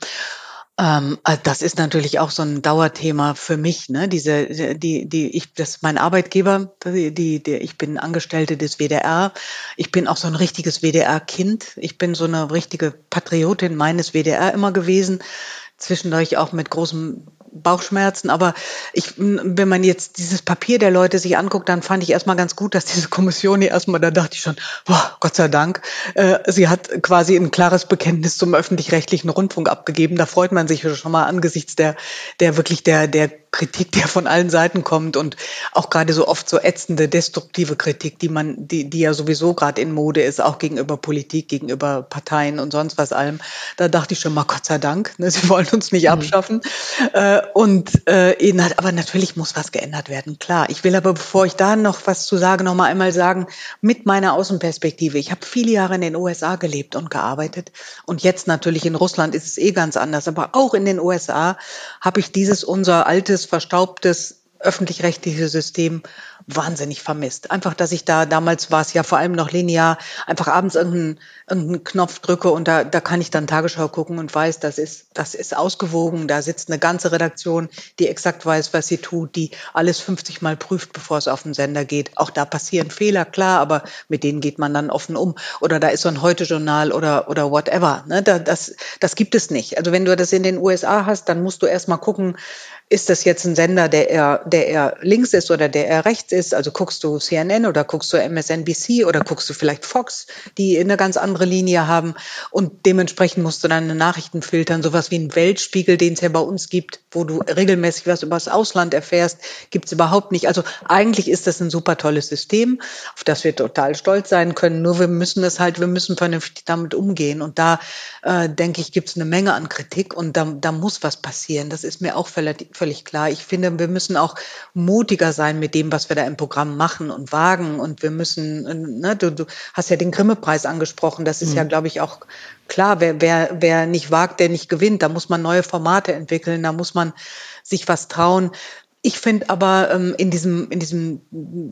Ähm, das ist natürlich auch so ein Dauerthema für mich, ne? Diese, die, die, ich, das ist mein Arbeitgeber, die, die, die, ich bin Angestellte des W D R. Ich bin auch so ein richtiges W D R-Kind. Ich bin so eine richtige Patriotin meines W D R immer gewesen. Zwischendurch auch mit großem Bauchschmerzen, aber ich, wenn man jetzt dieses Papier der Leute sich anguckt, dann fand ich erstmal ganz gut, dass diese Kommission hier erstmal, da dachte ich schon, boah, Gott sei Dank, äh, sie hat quasi ein klares Bekenntnis zum öffentlich-rechtlichen Rundfunk abgegeben. Da freut man sich schon mal angesichts der, der wirklich der, der Kritik, der von allen Seiten kommt und auch gerade so oft so ätzende, destruktive Kritik, die man, die, die ja sowieso gerade in Mode ist, auch gegenüber Politik, gegenüber Parteien und sonst was allem. Da dachte ich schon mal, Gott sei Dank, ne, sie wollen uns nicht mhm. abschaffen. Äh, und äh, aber natürlich muss was geändert werden, klar. Ich will aber, bevor ich da noch was zu sage, noch mal einmal sagen, mit meiner Außenperspektive. Ich habe viele Jahre in den U S A gelebt und gearbeitet und jetzt natürlich in Russland ist es eh ganz anders. Aber auch in den U S A habe ich dieses unser altes verstaubtes öffentlich-rechtliche System wahnsinnig vermisst. Einfach, dass ich da, damals war es ja vor allem noch linear, einfach abends irgendeinen, irgendeinen Knopf drücke und da, da kann ich dann Tagesschau gucken und weiß, das ist, das ist ausgewogen, da sitzt eine ganze Redaktion, die exakt weiß, was sie tut, die alles fünfzig Mal prüft, bevor es auf den Sender geht. Auch da passieren Fehler, klar, aber mit denen geht man dann offen um. Oder da ist so ein Heute-Journal oder, oder whatever, ne? Da, das, das gibt es nicht. Also wenn du das in den U S A hast, dann musst du erst mal gucken, ist das jetzt ein Sender, der eher, der eher links ist oder der eher rechts ist? Also guckst du C N N oder guckst du M S N B C oder guckst du vielleicht Fox, die eine ganz andere Linie haben und dementsprechend musst du dann Nachrichten filtern. Sowas wie einen Weltspiegel, den es ja bei uns gibt, wo du regelmäßig was über das Ausland erfährst, gibt es überhaupt nicht. Also eigentlich ist das ein super tolles System, auf das wir total stolz sein können. Nur wir müssen es halt, wir müssen vernünftig damit umgehen. Und da äh, denke ich, gibt es eine Menge an Kritik und da, da muss was passieren. Das ist mir auch völlig Völlig klar. Ich finde, wir müssen auch mutiger sein mit dem, was wir da im Programm machen und wagen. Und wir müssen, ne, du, du hast ja den Grimme-Preis angesprochen. Das ist mhm. ja, glaube ich, auch klar. Wer, wer, wer nicht wagt, der nicht gewinnt. Da muss man neue Formate entwickeln. Da muss man sich was trauen. Ich finde aber ähm, in diesem in diesem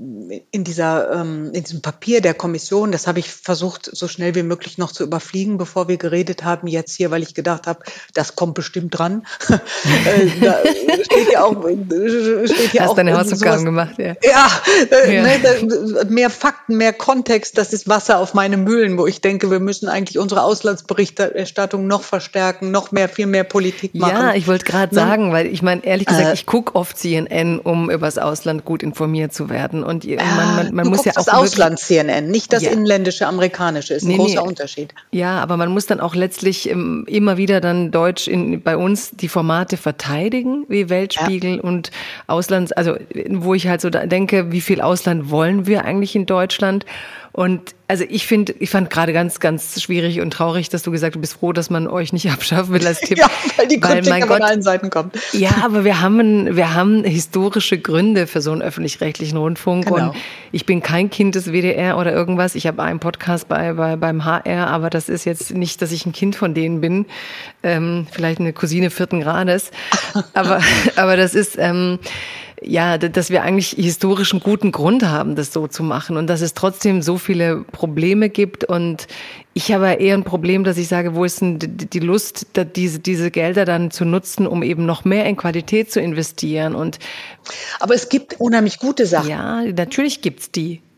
in dieser ähm, in diesem Papier der Kommission, das habe ich versucht so schnell wie möglich noch zu überfliegen, bevor wir geredet haben jetzt hier, weil ich gedacht habe, das kommt bestimmt dran. äh, da steht ja auch steht ja Hast auch deine Hausaufgaben sowas, gemacht, ja. Ja, äh, ja. Ne, da, mehr Fakten, mehr Kontext, das ist Wasser auf meine Mühlen, wo ich denke, wir müssen eigentlich unsere Auslandsberichterstattung noch verstärken, noch mehr, viel mehr Politik machen. Ja, ich wollte gerade ne? sagen, weil ich meine, ehrlich gesagt, äh, ich gucke oft C N N, um übers Ausland gut informiert zu werden. Und man, man, man du muss ja auch das Ausland-C N N, nicht das ja. inländische amerikanische, ist ein nee, großer nee. Unterschied. Ja, aber man muss dann auch letztlich ähm, immer wieder dann Deutsch in, bei uns die Formate verteidigen, wie Weltspiegel ja. und Auslands, also wo ich halt so da denke, wie viel Ausland wollen wir eigentlich in Deutschland? Und also ich finde, ich fand gerade ganz, ganz schwierig und traurig, dass du gesagt hast, du bist froh, dass man euch nicht abschaffen will als Tipp. Ja, weil die Kritik weil, mein von Gott, allen Seiten kommt. Ja, aber wir haben, wir haben historische Gründe für so einen öffentlich-rechtlichen Rundfunk. Genau. Und ich bin kein Kind des W D R oder irgendwas. Ich habe einen Podcast bei, bei beim H R, aber das ist jetzt nicht, dass ich ein Kind von denen bin. Ähm, vielleicht eine Cousine vierten Grades. Aber, aber das ist, ähm, ja, dass wir eigentlich historischen guten Grund haben, das so zu machen und dass es trotzdem so viele Probleme gibt. Und ich habe eher ein Problem, dass ich sage, wo ist denn die Lust, diese, diese Gelder dann zu nutzen, um eben noch mehr in Qualität zu investieren? Und aber es gibt unheimlich gute Sachen. Ja, natürlich gibt's die.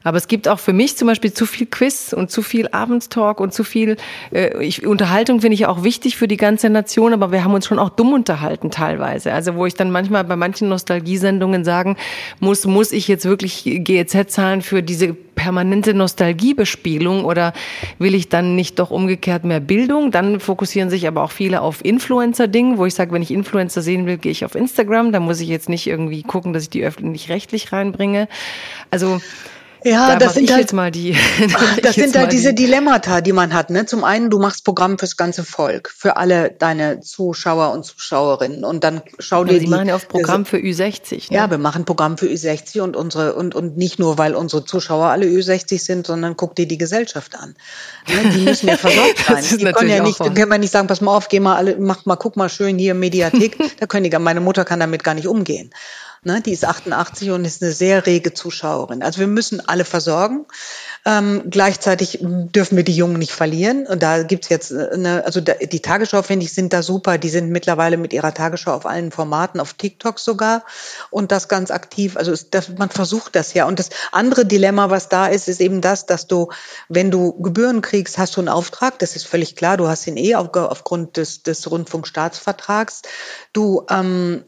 Aber es gibt auch für mich zum Beispiel zu viel Quiz und zu viel Abendtalk und zu viel äh, ich, Unterhaltung finde ich ja auch wichtig für die ganze Nation, aber wir haben uns schon auch dumm unterhalten teilweise. Also wo ich dann manchmal bei manchen Nostalgiesendungen sagen muss, muss ich jetzt wirklich G E Z zahlen für diese permanente Nostalgiebespielung oder will ich dann nicht doch umgekehrt mehr Bildung? Dann fokussieren sich aber auch viele auf Influencer-Ding, wo ich sage, wenn ich Influencer sehen will, gehe ich auf Instagram. Da muss ich jetzt nicht irgendwie gucken, dass ich die öffentlich-rechtlich reinbringe. Also Ja, da das sind ich halt, jetzt mal die. das sind halt diese die Dilemmata, die man hat. Ne? Zum einen, du machst Programm fürs ganze Volk, für alle deine Zuschauer und Zuschauerinnen. Und dann schau dir ja, Sie die. machen ja auch Programm für Ü sechzig. Ne? Ja, wir machen Programm für Ü sechzig und unsere und und nicht nur, weil unsere Zuschauer alle Ü sechzig sind, sondern guck dir die Gesellschaft an. Ne? Die müssen ja versorgt sein. Die können ja nicht, können wir nicht sagen, pass mal auf, geh mal alle, mach mal, guck mal schön hier Mediathek. Da können die, meine Mutter kann damit gar nicht umgehen. Ne, die ist achtundachtzig und ist eine sehr rege Zuschauerin. Also wir müssen alle versorgen. Ähm, gleichzeitig dürfen wir die Jungen nicht verlieren. Und da gibt's jetzt eine, also da, die Tagesschau, finde ich, sind da super. Die sind mittlerweile mit ihrer Tagesschau auf allen Formaten, auf TikTok sogar. Und das ganz aktiv. Also ist, das, man versucht das ja. Und das andere Dilemma, was da ist, ist eben das, dass du, wenn du Gebühren kriegst, hast du einen Auftrag. Das ist völlig klar. Du hast ihn eh auf, aufgrund des, des Rundfunkstaatsvertrags. Du, ähm,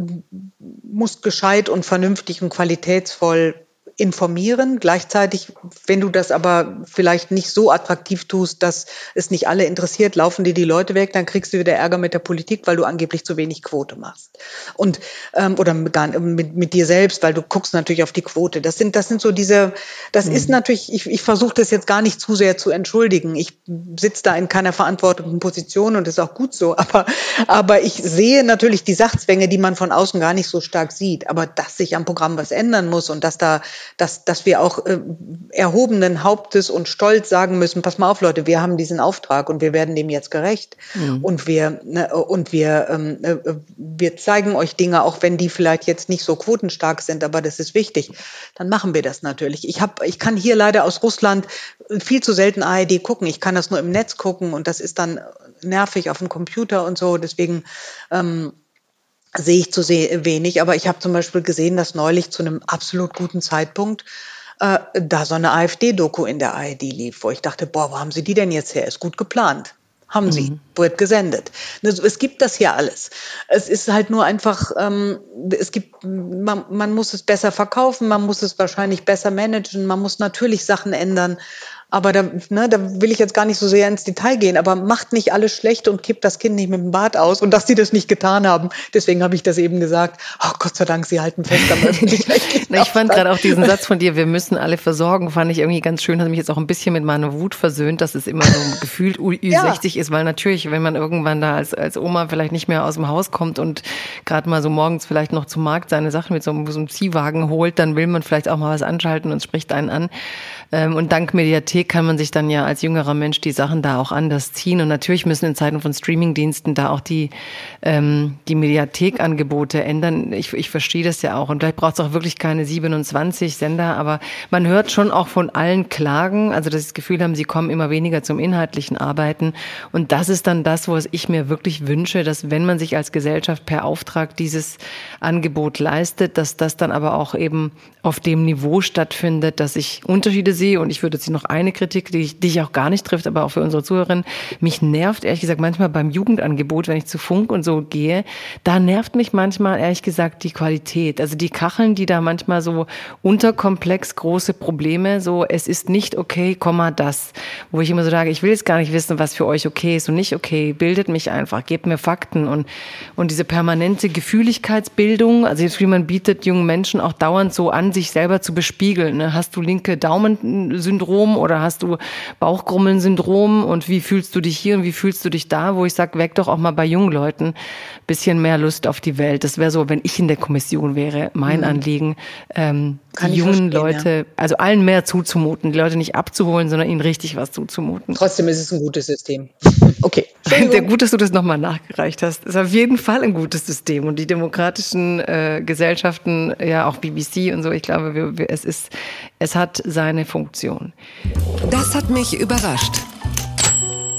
musst gescheit und vernünftig und qualitätsvoll informieren. Gleichzeitig, wenn du das aber vielleicht nicht so attraktiv tust, dass es nicht alle interessiert, laufen dir die Leute weg, dann kriegst du wieder Ärger mit der Politik, weil du angeblich zu wenig Quote machst. Und ähm, oder mit, mit, mit dir selbst, weil du guckst natürlich auf die Quote. Das sind, das sind so diese, das mhm. ist natürlich, ich, ich versuche das jetzt gar nicht zu sehr zu entschuldigen. Ich sitze da in keiner verantwortlichen Position und das ist auch gut so. Aber, aber ich sehe natürlich die Sachzwänge, die man von außen gar nicht so stark sieht. Aber dass sich am Programm was ändern muss und dass da Dass, dass wir auch äh, erhobenen Hauptes und stolz sagen müssen, pass mal auf, Leute, wir haben diesen Auftrag und wir werden dem jetzt gerecht. Mhm. Und wir, ne, und wir, ähm, äh, wir zeigen euch Dinge, auch wenn die vielleicht jetzt nicht so quotenstark sind, aber das ist wichtig. Dann machen wir das natürlich. Ich hab, ich kann hier leider aus Russland viel zu selten A R D gucken. Ich kann das nur im Netz gucken und das ist dann nervig auf dem Computer und so. Deswegen, ähm, sehe ich zu sehr wenig, aber ich habe zum Beispiel gesehen, dass neulich zu einem absolut guten Zeitpunkt äh, da so eine AfD-Doku in der A R D lief, wo ich dachte, boah, wo haben Sie die denn jetzt her? Ist gut geplant. Haben mhm. Sie, wird gesendet. Es gibt das hier alles. Es ist halt nur einfach, ähm, es gibt, man, man muss es besser verkaufen, man muss es wahrscheinlich besser managen, man muss natürlich Sachen ändern. Aber da, ne, da will ich jetzt gar nicht so sehr ins Detail gehen, aber macht nicht alles schlecht und kippt das Kind nicht mit dem Bad aus und dass sie das nicht getan haben. Deswegen habe ich das eben gesagt. Oh Gott sei Dank, sie halten fest am öffentlich-rechtlichen Ich fand gerade auch diesen Satz von dir, wir müssen alle versorgen, fand ich irgendwie ganz schön, hat mich jetzt auch ein bisschen mit meiner Wut versöhnt, dass es immer so gefühlt Ü sechzig ja. ist, weil natürlich, wenn man irgendwann da als, als Oma vielleicht nicht mehr aus dem Haus kommt und gerade mal so morgens vielleicht noch zum Markt seine Sachen mit so einem, so einem Ziehwagen holt, dann will man vielleicht auch mal was anschalten und es spricht einen an. Und dank Mediathek kann man sich dann ja als jüngerer Mensch die Sachen da auch anders ziehen. Und natürlich müssen in Zeiten von Streamingdiensten da auch die, ähm, die Mediathekangebote ändern. Ich, ich verstehe das ja auch. Und vielleicht braucht es auch wirklich keine siebenundzwanzig Sender. Aber man hört schon auch von allen Klagen, also dass sie das Gefühl haben, sie kommen immer weniger zum inhaltlichen Arbeiten. Und das ist dann das, was ich mir wirklich wünsche, dass wenn man sich als Gesellschaft per Auftrag dieses Angebot leistet, dass das dann aber auch eben auf dem Niveau stattfindet, dass ich Unterschiede sehe. Und ich würde jetzt noch eine Kritik, die ich, die ich auch gar nicht trifft, aber auch für unsere Zuhörerinnen, mich nervt ehrlich gesagt manchmal beim Jugendangebot, wenn ich zu Funk und so gehe, da nervt mich manchmal ehrlich gesagt die Qualität. Also die Kacheln, die da manchmal so unterkomplex große Probleme, so es ist nicht okay, Komma das, wo ich immer so sage, ich will jetzt gar nicht wissen, was für euch okay ist und nicht okay, bildet mich einfach, gebt mir Fakten und und diese permanente Gefühligkeitsbildung, also jetzt wie man bietet jungen Menschen auch dauernd so an, sich selber zu bespiegeln. Ne? Hast du linke Daumensyndrom oder hast du Bauchgrummeln-Syndrom und wie fühlst du dich hier und wie fühlst du dich da, wo ich sage, weg doch auch mal bei jungen Leuten ein bisschen mehr Lust auf die Welt. Das wäre so, wenn ich in der Kommission wäre, mein mhm. Anliegen, ähm, die jungen Leute, ja. also allen mehr zuzumuten, die Leute nicht abzuholen, sondern ihnen richtig was zuzumuten. Trotzdem ist es ein gutes System. Okay. Sehr gut, dass du das nochmal nachgereicht hast. Es ist auf jeden Fall ein gutes System und die demokratischen äh, Gesellschaften, ja auch B B C und so, ich glaube, wir, wir, es ist, es hat seine Funktion. Das hat mich überrascht.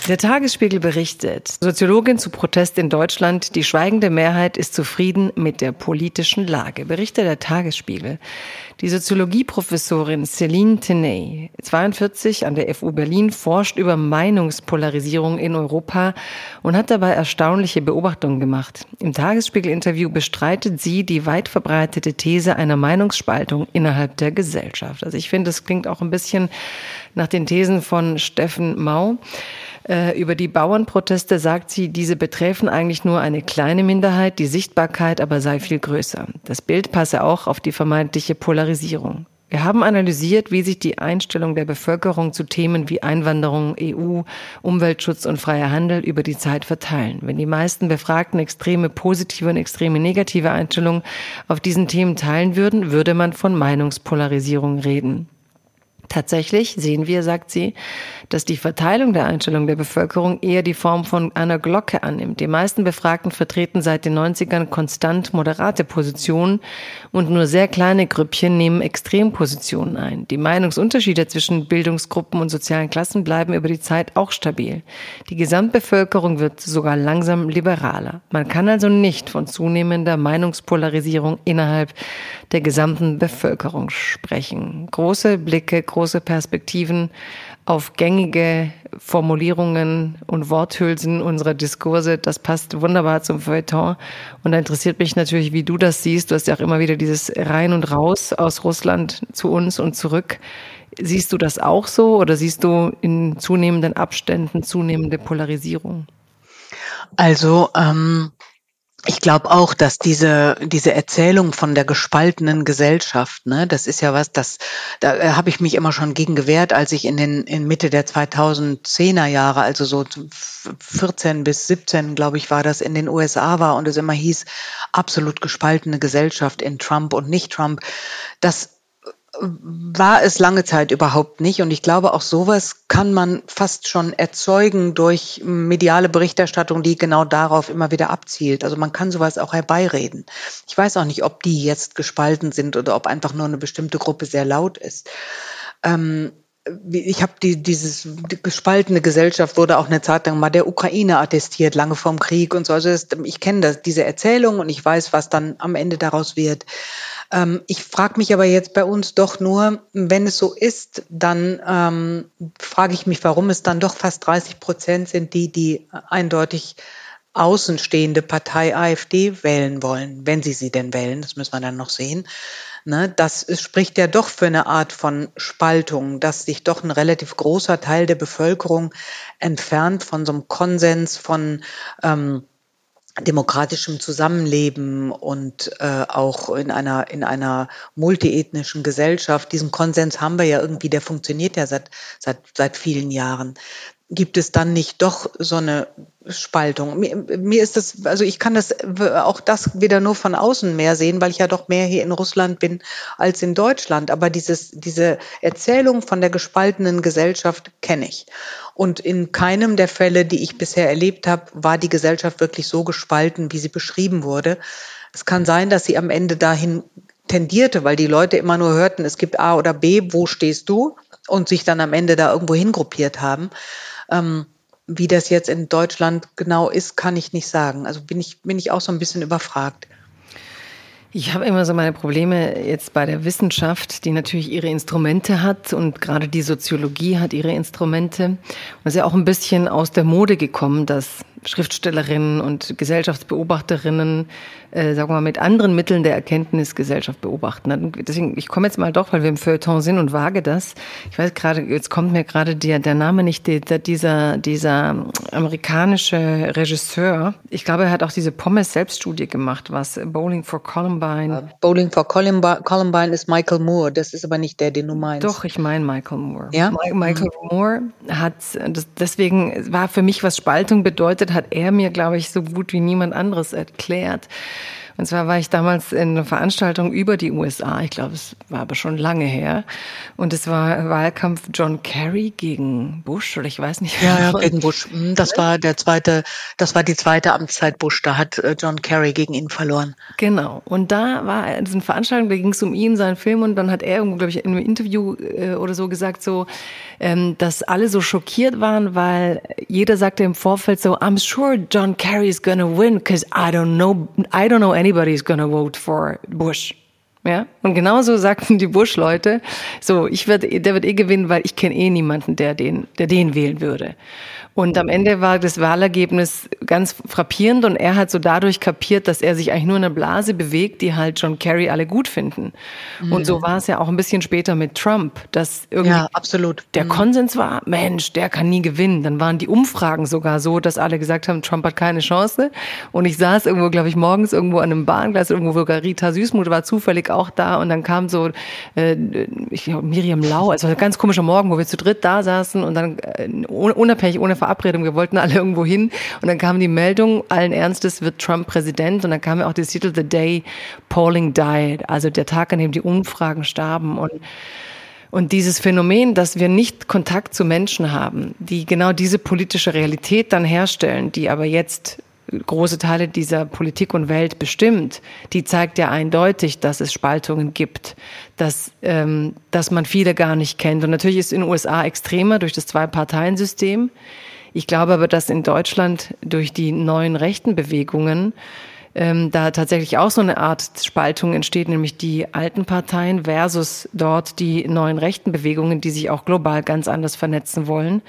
Der Tagesspiegel berichtet, Soziologin zu Protest in Deutschland, die schweigende Mehrheit ist zufrieden mit der politischen Lage, berichtet der Tagesspiegel. Die Soziologieprofessorin Céline Tenay, zweiundvierzig, an der F U Berlin, forscht über Meinungspolarisierung in Europa und hat dabei erstaunliche Beobachtungen gemacht. Im Tagesspiegel-Interview bestreitet sie die weit verbreitete These einer Meinungsspaltung innerhalb der Gesellschaft. Also ich finde, das klingt auch ein bisschen nach den Thesen von Steffen Mau. Über die Bauernproteste sagt sie, diese betreffen eigentlich nur eine kleine Minderheit, die Sichtbarkeit aber sei viel größer. Das Bild passe auch auf die vermeintliche Polarisierung. Wir haben analysiert, wie sich die Einstellung der Bevölkerung zu Themen wie Einwanderung, E U, Umweltschutz und freier Handel über die Zeit verteilen. Wenn die meisten Befragten extreme positive und extreme negative Einstellungen auf diesen Themen teilen würden, würde man von Meinungspolarisierung reden. Tatsächlich sehen wir, sagt sie, dass die Verteilung der Einstellung der Bevölkerung eher die Form von einer Glocke annimmt. Die meisten Befragten vertreten seit den neunzigern konstant moderate Positionen und nur sehr kleine Grüppchen nehmen Extrempositionen ein. Die Meinungsunterschiede zwischen Bildungsgruppen und sozialen Klassen bleiben über die Zeit auch stabil. Die Gesamtbevölkerung wird sogar langsam liberaler. Man kann also nicht von zunehmender Meinungspolarisierung innerhalb der gesamten Bevölkerung sprechen. Große Blicke, große Perspektiven auf gängige Formulierungen und Worthülsen unserer Diskurse, das passt wunderbar zum Feuilleton. Und da interessiert mich natürlich, wie du das siehst. Du hast ja auch immer wieder dieses Rein und Raus aus Russland zu uns und zurück. Siehst du das auch so oder siehst du in zunehmenden Abständen zunehmende Polarisierung? Also, ähm ich glaube auch, dass diese diese Erzählung von der gespaltenen Gesellschaft, ne, das ist ja was, das da äh, habe ich mich immer schon gegen gewehrt, als ich in den in Mitte der zweitausendzehner Jahre, also so vierzehn bis siebzehn, glaube ich, war das, in den U S A war und es immer hieß, absolut gespaltene Gesellschaft in Trump und nicht Trump. Das war es lange Zeit überhaupt nicht. Und ich glaube, auch sowas kann man fast schon erzeugen durch mediale Berichterstattung, die genau darauf immer wieder abzielt. Also man kann sowas auch herbeireden. Ich weiß auch nicht, ob die jetzt gespalten sind oder ob einfach nur eine bestimmte Gruppe sehr laut ist. Ähm, ich habe die, dieses die gespaltene Gesellschaft wurde auch eine Zeit lang mal der Ukraine attestiert, lange vorm Krieg und so. Also das, ich kenne das, diese Erzählung und ich weiß, was dann am Ende daraus wird. Ähm, ich frage mich aber jetzt bei uns doch nur, wenn es so ist, dann ähm, frage ich mich, warum es dann doch fast dreißig Prozent sind, die die eindeutig außenstehende Partei AfD wählen wollen, wenn sie sie denn wählen, das müssen wir dann noch sehen. Ne, das spricht ja doch für eine Art von Spaltung, dass sich doch ein relativ großer Teil der Bevölkerung entfernt von so einem Konsens von ähm, demokratischem Zusammenleben und äh, auch in einer in einer multiethnischen Gesellschaft. Diesen Konsens haben wir ja irgendwie, der funktioniert ja seit seit seit vielen Jahren. Gibt es dann nicht doch so eine Spaltung? Mir, mir ist das, also ich kann das auch das wieder nur von außen mehr sehen, weil ich ja doch mehr hier in Russland bin als in Deutschland. Aber dieses, diese Erzählung von der gespaltenen Gesellschaft kenne ich. Und in keinem der Fälle, die ich bisher erlebt habe, war die Gesellschaft wirklich so gespalten, wie sie beschrieben wurde. Es kann sein, dass sie am Ende dahin tendierte, weil die Leute immer nur hörten, es gibt A oder B, wo stehst du? Und sich dann am Ende da irgendwo hingruppiert haben. Ähm, wie das jetzt in Deutschland genau ist, kann ich nicht sagen. Also bin ich, bin ich auch so ein bisschen überfragt. Ich habe immer so meine Probleme jetzt bei der Wissenschaft, die natürlich ihre Instrumente hat und gerade die Soziologie hat ihre Instrumente. Und es ist ja auch ein bisschen aus der Mode gekommen, dass Schriftstellerinnen und Gesellschaftsbeobachterinnen, äh, sagen wir mal, mit anderen Mitteln der Erkenntnis Gesellschaft beobachten. Deswegen, ich komme jetzt mal doch, weil wir im Feuilleton sind und wage das. Ich weiß gerade, jetzt kommt mir gerade der, der Name nicht, der, dieser, dieser amerikanische Regisseur. Ich glaube, er hat auch diese Pommes-Selbststudie gemacht, was Bowling for Columbine. Uh, Bowling for Columbine, Columbine ist Michael Moore. Das ist aber nicht der, den du meinst. Doch, ich meine Michael Moore. Ja? Michael mhm. Moore hat, das, deswegen war für mich, was Spaltung bedeutet, hat er mir, glaube ich, so gut wie niemand anderes erklärt. Und zwar war ich damals in einer Veranstaltung über die U S A. Ich glaube, es war aber schon lange her. Und es war Wahlkampf John Kerry gegen Bush, oder ich weiß nicht. Ja, ja, gegen Bush. Das war der zweite, das war die zweite Amtszeit Bush. Da hat John Kerry gegen ihn verloren. Genau. Und da war eine Veranstaltung, da ging es um ihn, seinen Film. Und dann hat er irgendwo, glaube ich, in einem Interview äh, oder so gesagt, so, ähm, dass alle so schockiert waren, weil jeder sagte im Vorfeld so, I'm sure John Kerry is gonna win, because I don't know, I don't know anybody is gonna vote for Bush. Ja, und genauso sagten die Bush-Leute, so, ich werde, der wird eh gewinnen, weil ich kenne eh niemanden, der den, der den wählen würde. Und am Ende war das Wahlergebnis ganz frappierend und er hat so dadurch kapiert, dass er sich eigentlich nur in einer Blase bewegt, die halt John Kerry alle gut finden. Mhm. Und so war es ja auch ein bisschen später mit Trump, dass irgendwie ja, absolut. der mhm. Konsens war, Mensch, der kann nie gewinnen. Dann waren die Umfragen sogar so, dass alle gesagt haben, Trump hat keine Chance. Und ich saß irgendwo, glaube ich, morgens irgendwo an einem Bahngleis, irgendwo sogar Rita Süßmuth war zufällig auch da und dann kam so äh, ich glaube Miriam Lau, also ein ganz komischer Morgen, wo wir zu dritt da saßen und dann äh, unabhängig, ohne Verabredung, wir wollten alle irgendwo hin und dann kam die Meldung, allen Ernstes wird Trump Präsident und dann kam ja auch der Titel The Day Polling Died, also der Tag, an dem die Umfragen starben und Und dieses Phänomen, dass wir nicht Kontakt zu Menschen haben, die genau diese politische Realität dann herstellen, die aber jetzt große Teile dieser Politik und Welt bestimmt, die zeigt ja eindeutig, dass es Spaltungen gibt, dass, ähm, dass man viele gar nicht kennt. Und natürlich ist es in den U S A extremer durch das Zwei-Parteien-System. Ich glaube aber, dass in Deutschland durch die neuen rechten Bewegungen ähm, da tatsächlich auch so eine Art Spaltung entsteht, nämlich die alten Parteien versus dort die neuen rechten Bewegungen, die sich auch global ganz anders vernetzen wollen.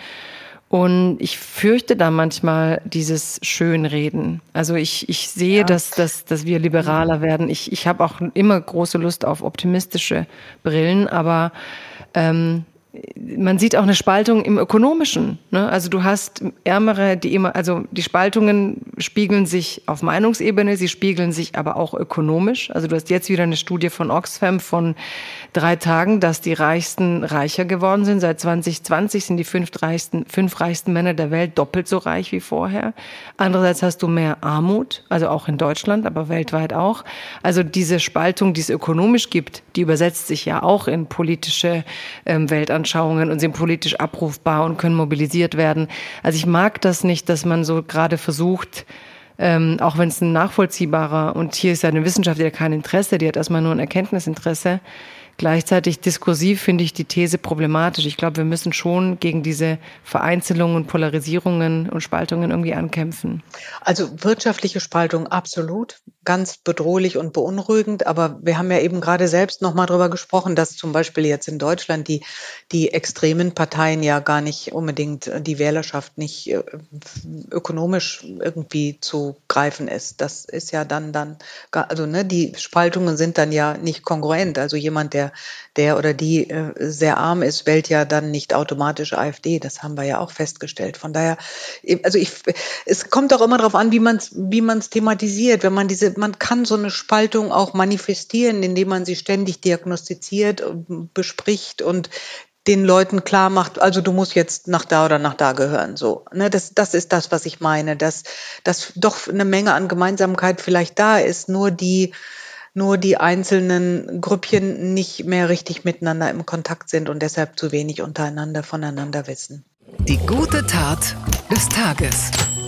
Und ich fürchte da manchmal dieses Schönreden. Also ich, ich sehe, ja. dass, dass, dass wir liberaler werden. Ich, ich habe auch immer große Lust auf optimistische Brillen, aber ähm, man sieht auch eine Spaltung im Ökonomischen, ne? Also du hast Ärmere, die immer, also die Spaltungen spiegeln sich auf Meinungsebene, sie spiegeln sich aber auch ökonomisch. Also du hast jetzt wieder eine Studie von Oxfam von drei Tagen, dass die Reichsten reicher geworden sind. Seit zwanzig zwanzig sind die fünf reichsten, fünf reichsten Männer der Welt doppelt so reich wie vorher. Andererseits hast du mehr Armut, also auch in Deutschland, aber weltweit auch. Also diese Spaltung, die es ökonomisch gibt, die übersetzt sich ja auch in politische ähm, Weltanschauungen. Und sind politisch abrufbar und können mobilisiert werden. Also ich mag das nicht, dass man so gerade versucht, ähm, auch wenn es ein nachvollziehbarer, und hier ist ja eine Wissenschaft, die hat kein Interesse, die hat erstmal nur ein Erkenntnisinteresse. Gleichzeitig diskursiv finde ich die These problematisch. Ich glaube, wir müssen schon gegen diese Vereinzelungen, Polarisierungen und Spaltungen irgendwie ankämpfen. Also wirtschaftliche Spaltung absolut, ganz bedrohlich und beunruhigend. Aber wir haben ja eben gerade selbst noch mal drüber gesprochen, dass zum Beispiel jetzt in Deutschland die, die extremen Parteien ja gar nicht unbedingt die Wählerschaft nicht ökonomisch irgendwie zu greifen ist. Das ist ja dann, dann, also ne, die Spaltungen sind dann ja nicht kongruent. Also jemand, der Der, der oder die äh, sehr arm ist, wählt ja dann nicht automatisch AfD. Das haben wir ja auch festgestellt. Von daher, also ich, es kommt auch immer darauf an, wie man es wie man es thematisiert. Wenn man diese, man kann so eine Spaltung auch manifestieren, indem man sie ständig diagnostiziert, bespricht und den Leuten klar macht, also du musst jetzt nach da oder nach da gehören, so. Ne, das, das ist das, was ich meine, dass, dass doch eine Menge an Gemeinsamkeit vielleicht da ist, nur die nur die einzelnen Grüppchen nicht mehr richtig miteinander im Kontakt sind und deshalb zu wenig untereinander voneinander wissen. Die gute Tat des Tages.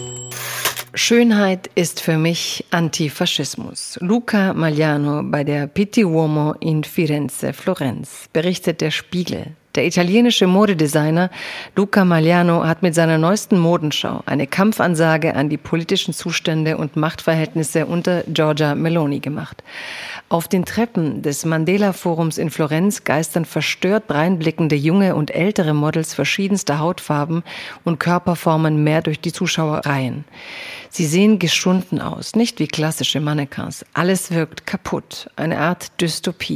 Schönheit ist für mich Antifaschismus. Luca Magliano bei der Pitti Uomo in Firenze, Florenz, berichtet der Spiegel. Der italienische Modedesigner Luca Magliano hat mit seiner neuesten Modenschau eine Kampfansage an die politischen Zustände und Machtverhältnisse unter Giorgia Meloni gemacht. Auf den Treppen des Mandela-Forums in Florenz geistern verstört dreinblickende junge und ältere Models verschiedenster Hautfarben und Körperformen mehr durch die Zuschauerreihen. Sie sehen geschunden aus, nicht wie klassische Mannequins. Alles wirkt kaputt, eine Art Dystopie.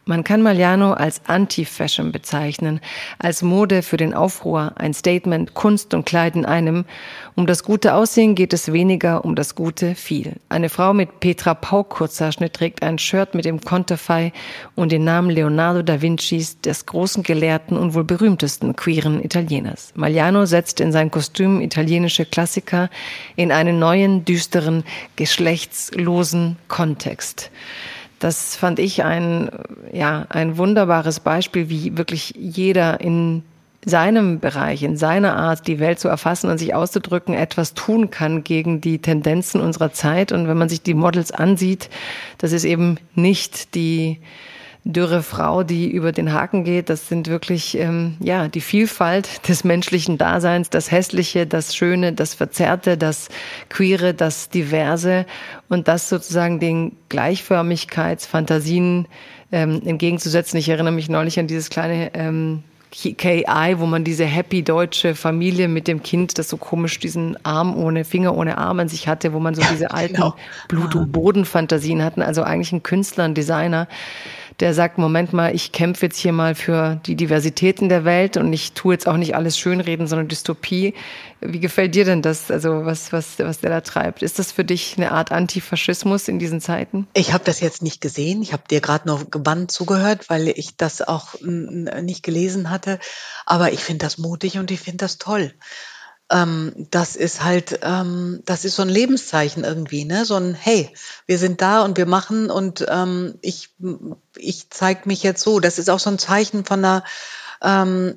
Man kann Magliano als Anti-Fashion bezeichnen, als Mode für den Aufruhr, ein Statement, Kunst und Kleid in einem. Um das gute Aussehen geht es weniger, um das gute viel. Eine Frau mit Petra Pauk-Kurzhaarschnitt trägt ein Shirt mit dem Konterfei und den Namen Leonardo da Vincis, des großen Gelehrten und wohl berühmtesten queeren Italieners. Magliano setzt in sein Kostüm italienische Klassiker in einen neuen, düsteren, geschlechtslosen Kontext. Das fand ich ein, ja, ein wunderbares Beispiel, wie wirklich jeder in seinem Bereich, in seiner Art, die Welt zu erfassen und sich auszudrücken, etwas tun kann gegen die Tendenzen unserer Zeit. Und wenn man sich die Models ansieht, das ist eben nicht die dürre Frau, die über den Haken geht. Das sind wirklich ähm, ja die Vielfalt des menschlichen Daseins, das Hässliche, das Schöne, das Verzerrte, das Queere, das Diverse und das sozusagen den Gleichförmigkeitsfantasien ähm, entgegenzusetzen. Ich erinnere mich neulich an dieses kleine ähm, K I, wo man diese happy deutsche Familie mit dem Kind, das so komisch diesen Arm ohne, Finger ohne Arm an sich hatte, wo man so diese alten genau. Blut- und Bodenfantasien hatten. Also eigentlich ein Künstler, ein Designer, der sagt, Moment mal, ich kämpfe jetzt hier mal für die Diversität in der Welt und ich tue jetzt auch nicht alles schönreden, sondern Dystopie. Wie gefällt dir denn das, also was, was, was der da treibt? Ist das für dich eine Art Antifaschismus in diesen Zeiten? Ich habe das jetzt nicht gesehen. Ich habe dir gerade noch gebannt zugehört, weil ich das auch n- nicht gelesen hatte. Aber ich finde das mutig und ich finde das toll. Ähm, das ist halt, ähm, das ist so ein Lebenszeichen irgendwie, ne? So ein, hey, wir sind da und wir machen und ähm, ich, ich zeige mich jetzt so. Das ist auch so ein Zeichen von einer, ähm,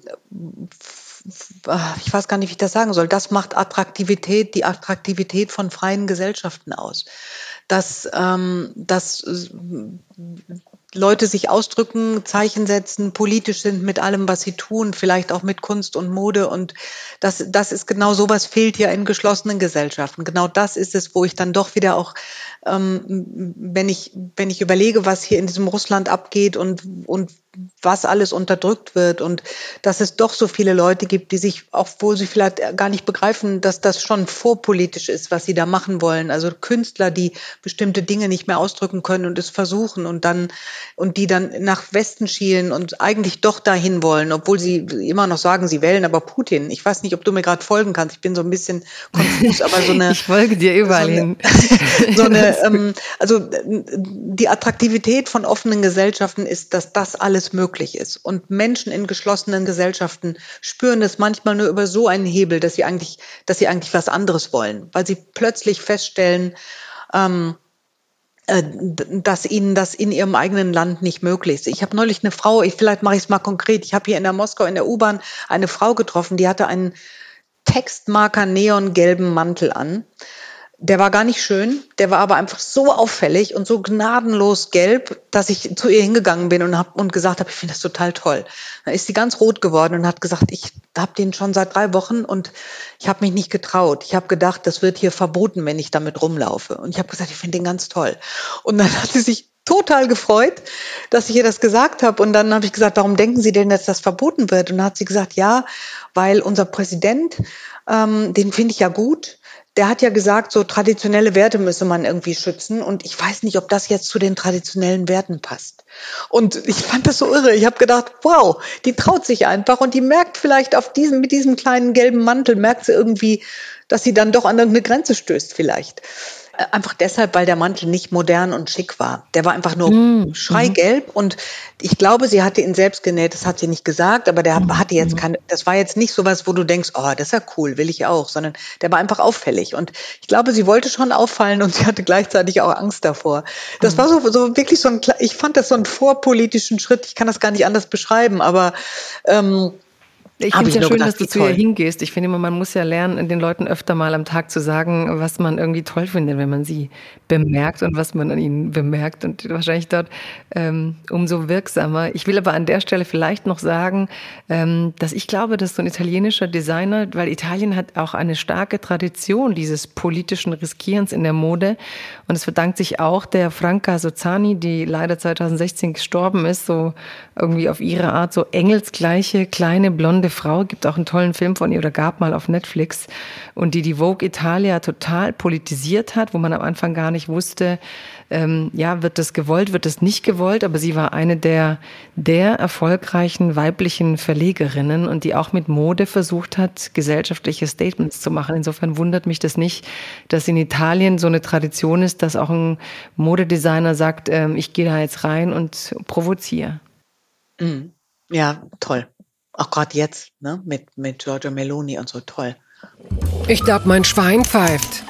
ich weiß gar nicht, wie ich das sagen soll. Das macht Attraktivität, die Attraktivität von freien Gesellschaften aus. Dass, ähm, dass Leute sich ausdrücken, Zeichen setzen, politisch sind mit allem, was sie tun, vielleicht auch mit Kunst und Mode. Und das, das ist genau sowas fehlt ja in geschlossenen Gesellschaften. Genau das ist es, wo ich dann doch wieder auch, ähm, wenn ich, wenn ich überlege, was hier in diesem Russland abgeht und, und was alles unterdrückt wird und dass es doch so viele Leute gibt, die sich, obwohl sie vielleicht gar nicht begreifen, dass das schon vorpolitisch ist, was sie da machen wollen. Also Künstler, die bestimmte Dinge nicht mehr ausdrücken können und es versuchen und dann und die dann nach Westen schielen und eigentlich doch dahin wollen, obwohl sie immer noch sagen, sie wählen aber Putin. Ich weiß nicht, ob du mir gerade folgen kannst. Ich bin so ein bisschen konfus, aber so eine ich folge dir überall so eine, hin. so eine ähm, also die Attraktivität von offenen Gesellschaften ist, dass das alles möglich ist. Und Menschen in geschlossenen Gesellschaften spüren es manchmal nur über so einen Hebel, dass sie eigentlich, dass sie eigentlich was anderes wollen, weil sie plötzlich feststellen, ähm, äh, dass ihnen das in ihrem eigenen Land nicht möglich ist. Ich habe neulich eine Frau, ich, vielleicht mache ich es mal konkret, ich habe hier in der Moskau in der U-Bahn eine Frau getroffen, die hatte einen Textmarker neongelben Mantel an. Der war gar nicht schön, der war aber einfach so auffällig und so gnadenlos gelb, dass ich zu ihr hingegangen bin und, hab, und gesagt habe, ich finde das total toll. Dann ist sie ganz rot geworden und hat gesagt, ich habe den schon seit drei Wochen und ich habe mich nicht getraut. Ich habe gedacht, das wird hier verboten, wenn ich damit rumlaufe. Und ich habe gesagt, ich finde den ganz toll. Und dann hat sie sich total gefreut, dass ich ihr das gesagt habe. Und dann habe ich gesagt, warum denken Sie denn, dass das verboten wird? Und dann hat sie gesagt, ja, weil unser Präsident, ähm, den finde ich ja gut. Der hat ja gesagt, so traditionelle Werte müsse man irgendwie schützen. Und ich weiß nicht, ob das jetzt zu den traditionellen Werten passt. Und ich fand das so irre. Ich habe gedacht, wow, die traut sich einfach. Und die merkt vielleicht auf diesem, mit diesem kleinen gelben Mantel, merkt sie irgendwie, dass sie dann doch an irgendeine Grenze stößt vielleicht. Einfach deshalb, weil der Mantel nicht modern und schick war. Der war einfach nur mm, schreigelb mm. und ich glaube, sie hatte ihn selbst genäht, das hat sie nicht gesagt, aber der mm, hatte jetzt keine, das war jetzt nicht sowas, wo du denkst, oh, das ist ja cool, will ich auch, sondern der war einfach auffällig und ich glaube, sie wollte schon auffallen und sie hatte gleichzeitig auch Angst davor. Das mm. war so, so wirklich so ein, ich fand das so einen vorpolitischen Schritt, ich kann das gar nicht anders beschreiben, aber ähm, ich finde es ja schön, gedacht, dass du zu ihr hingehst. Ich finde immer, man muss ja lernen, den Leuten öfter mal am Tag zu sagen, was man irgendwie toll findet, wenn man sie bemerkt und was man an ihnen bemerkt und wahrscheinlich dort ähm, umso wirksamer. Ich will aber an der Stelle vielleicht noch sagen, ähm, dass ich glaube, dass so ein italienischer Designer, weil Italien hat auch eine starke Tradition dieses politischen Riskierens in der Mode und es verdankt sich auch der Franca Sozzani, die leider zwanzig sechzehn gestorben ist, so irgendwie auf ihre Art so engelsgleiche, kleine, blonde Frau, gibt auch einen tollen Film von ihr oder gab mal auf Netflix und die die Vogue Italia total politisiert hat, wo man am Anfang gar nicht wusste, ähm, ja, wird das gewollt, wird das nicht gewollt, aber sie war eine der, der erfolgreichen weiblichen Verlegerinnen und die auch mit Mode versucht hat, gesellschaftliche Statements zu machen. Insofern wundert mich das nicht, dass in Italien so eine Tradition ist, dass auch ein Modedesigner sagt, ähm, ich gehe da jetzt rein und provoziere. Mhm. Ja, toll. Auch gerade jetzt, ne, mit, mit Giorgia Meloni und so, toll. Ich glaub, mein Schwein pfeift.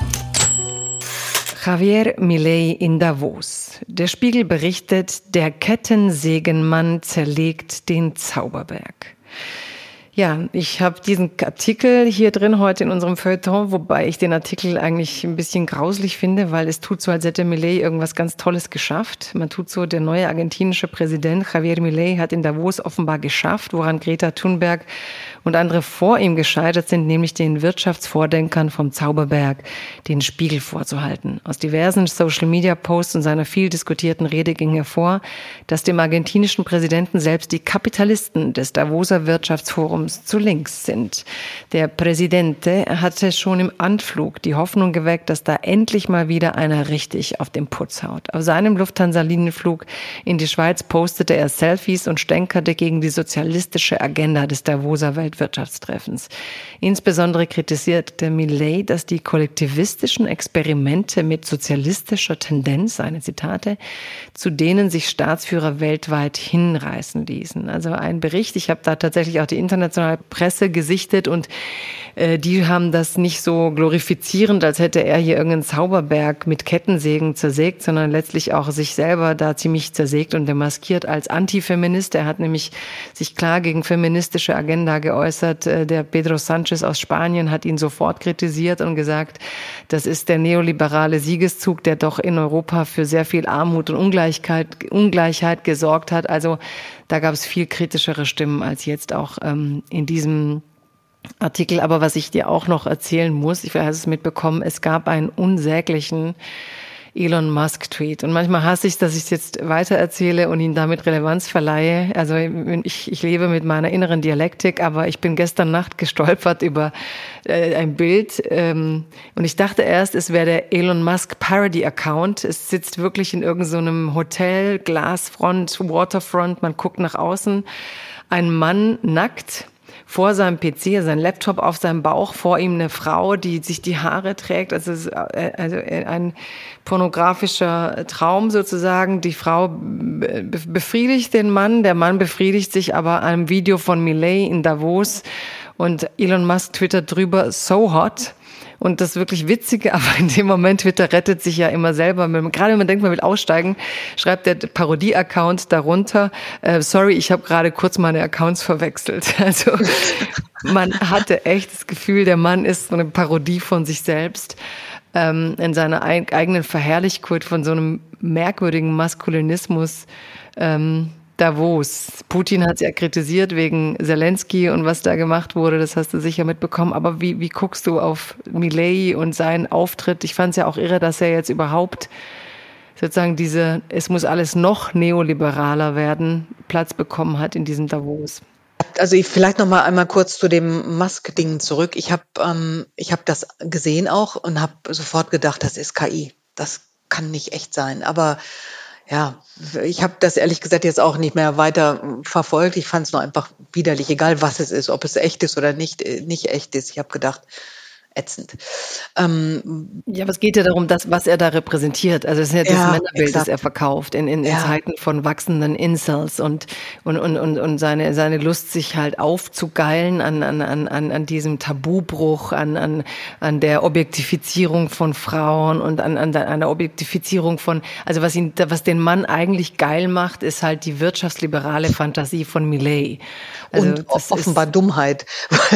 Javier Milei in Davos. Der Spiegel berichtet, der Kettensägenmann zerlegt den Zauberberg. Ja, ich habe diesen Artikel hier drin heute in unserem Feuilleton, wobei ich den Artikel eigentlich ein bisschen grauslich finde, weil es tut so, als hätte Milei irgendwas ganz Tolles geschafft. Man tut so, der neue argentinische Präsident Javier Milei hat in Davos offenbar geschafft, woran Greta Thunberg und andere vor ihm gescheitert sind, nämlich den Wirtschaftsvordenkern vom Zauberberg den Spiegel vorzuhalten. Aus diversen Social-Media-Posts und seiner viel diskutierten Rede ging hervor, dass dem argentinischen Präsidenten selbst die Kapitalisten des Davoser Wirtschaftsforums zu links sind. Der Presidente hatte schon im Anflug die Hoffnung geweckt, dass da endlich mal wieder einer richtig auf den Putz haut. Auf seinem Lufthansa-Linienflug in die Schweiz postete er Selfies und stänkerte gegen die sozialistische Agenda des Davoser Weltwirtschaftstreffens. Insbesondere kritisierte Milei, dass die kollektivistischen Experimente mit sozialistischer Tendenz, eine Zitate, zu denen sich Staatsführer weltweit hinreißen ließen. Also ein Bericht, ich habe da tatsächlich auch die internationale Presse gesichtet und äh, die haben das nicht so glorifizierend, als hätte er hier irgendeinen Zauberberg mit Kettensägen zersägt, sondern letztlich auch sich selber da ziemlich zersägt und demaskiert als Antifeminist. Er hat nämlich sich klar gegen feministische Agenda geäußert. Der Pedro Sánchez aus Spanien hat ihn sofort kritisiert und gesagt, das ist der neoliberale Siegeszug, der doch in Europa für sehr viel Armut und Ungleichheit, Ungleichheit gesorgt hat. Also da gab es viel kritischere Stimmen als jetzt auch ähm, in diesem Artikel. Aber was ich dir auch noch erzählen muss, ich habe es mitbekommen, es gab einen unsäglichen Elon Musk-Tweet. Und manchmal hasse ich, dass ich es jetzt weitererzähle und ihn damit Relevanz verleihe. Also ich, ich lebe mit meiner inneren Dialektik, aber ich bin gestern Nacht gestolpert über äh, ein Bild ähm, und ich dachte erst, es wäre der Elon Musk Parody-Account. Es sitzt wirklich in irgendeinem so Hotel, Glasfront, Waterfront, man guckt nach außen, ein Mann nackt, vor seinem P C, sein Laptop auf seinem Bauch, vor ihm eine Frau, die sich die Haare trägt. Also, es ist also ein pornografischer Traum sozusagen. Die Frau befriedigt den Mann, der Mann befriedigt sich aber an einem Video von Milei in Davos und Elon Musk twittert drüber, so hot. Und das wirklich Witzige, aber in dem Moment, Twitter rettet sich ja immer selber. Gerade wenn man denkt, man will aussteigen, schreibt der Parodie-Account darunter, äh, sorry, ich habe gerade kurz meine Accounts verwechselt. Also man hatte echt das Gefühl, der Mann ist so eine Parodie von sich selbst, ähm, in seiner eigenen Verherrlichung von so einem merkwürdigen Maskulinismus, ähm, Davos. Putin hat es ja kritisiert wegen Zelensky und was da gemacht wurde, das hast du sicher mitbekommen. Aber wie, wie guckst du auf Milei und seinen Auftritt? Ich fand es ja auch irre, dass er jetzt überhaupt sozusagen diese, es muss alles noch neoliberaler werden, Platz bekommen hat in diesem Davos. Also ich vielleicht noch mal einmal kurz zu dem Musk-Ding zurück. Ich habe ähm, ich habe das gesehen auch und habe sofort gedacht, das ist K I. Das kann nicht echt sein. Aber ja, ich habe das ehrlich gesagt jetzt auch nicht mehr weiter verfolgt. Ich fand es nur einfach widerlich, egal was es ist, ob es echt ist oder nicht, nicht echt ist. Ich habe gedacht, ätzend. Ähm, ja, aber es geht ja darum, dass, was er da repräsentiert. Also es ist ja das ja, Männerbild, exakt. das er verkauft in, in, in Ja. Zeiten von wachsenden Incels und, und, und, und, und seine, seine Lust, sich halt aufzugeilen an, an, an, an diesem Tabubruch, an, an, an der Objektifizierung von Frauen und an, an der, an der Objektifizierung von, also was ihn, was den Mann eigentlich geil macht, ist halt die wirtschaftsliberale Fantasie von Milei. Also und das offenbar ist, Dummheit.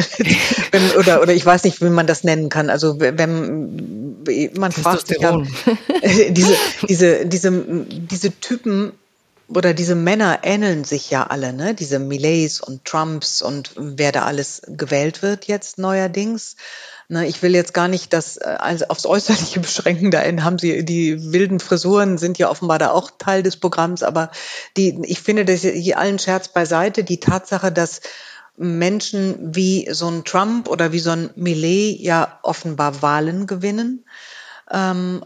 wenn, oder, oder ich weiß nicht, wie man das nennen kann. Also wenn man fragt sich ja, diese, diese, diese, diese Typen oder diese Männer ähneln sich ja alle, ne? Diese Millais und Trumps und wer da alles gewählt wird jetzt neuerdings. Ne, ich will jetzt gar nicht das also aufs Äußerliche beschränken, da haben sie die wilden Frisuren sind ja offenbar da auch Teil des Programms, aber die, ich finde, das hier allen Scherz beiseite, die Tatsache, dass Menschen wie so ein Trump oder wie so ein Millet ja offenbar Wahlen gewinnen, ähm,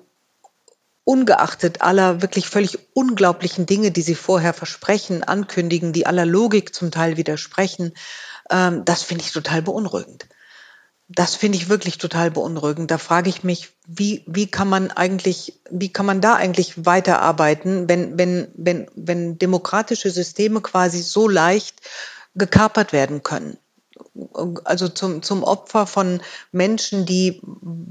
ungeachtet aller wirklich völlig unglaublichen Dinge, die sie vorher versprechen, ankündigen, die aller Logik zum Teil widersprechen. Ähm, das finde ich total beunruhigend. Das finde ich wirklich total beunruhigend. Da frage ich mich, wie, wie kann man eigentlich, wie kann man da eigentlich weiterarbeiten, wenn, wenn, wenn, wenn demokratische Systeme quasi so leicht gekapert werden können? Also zum, zum Opfer von Menschen, die,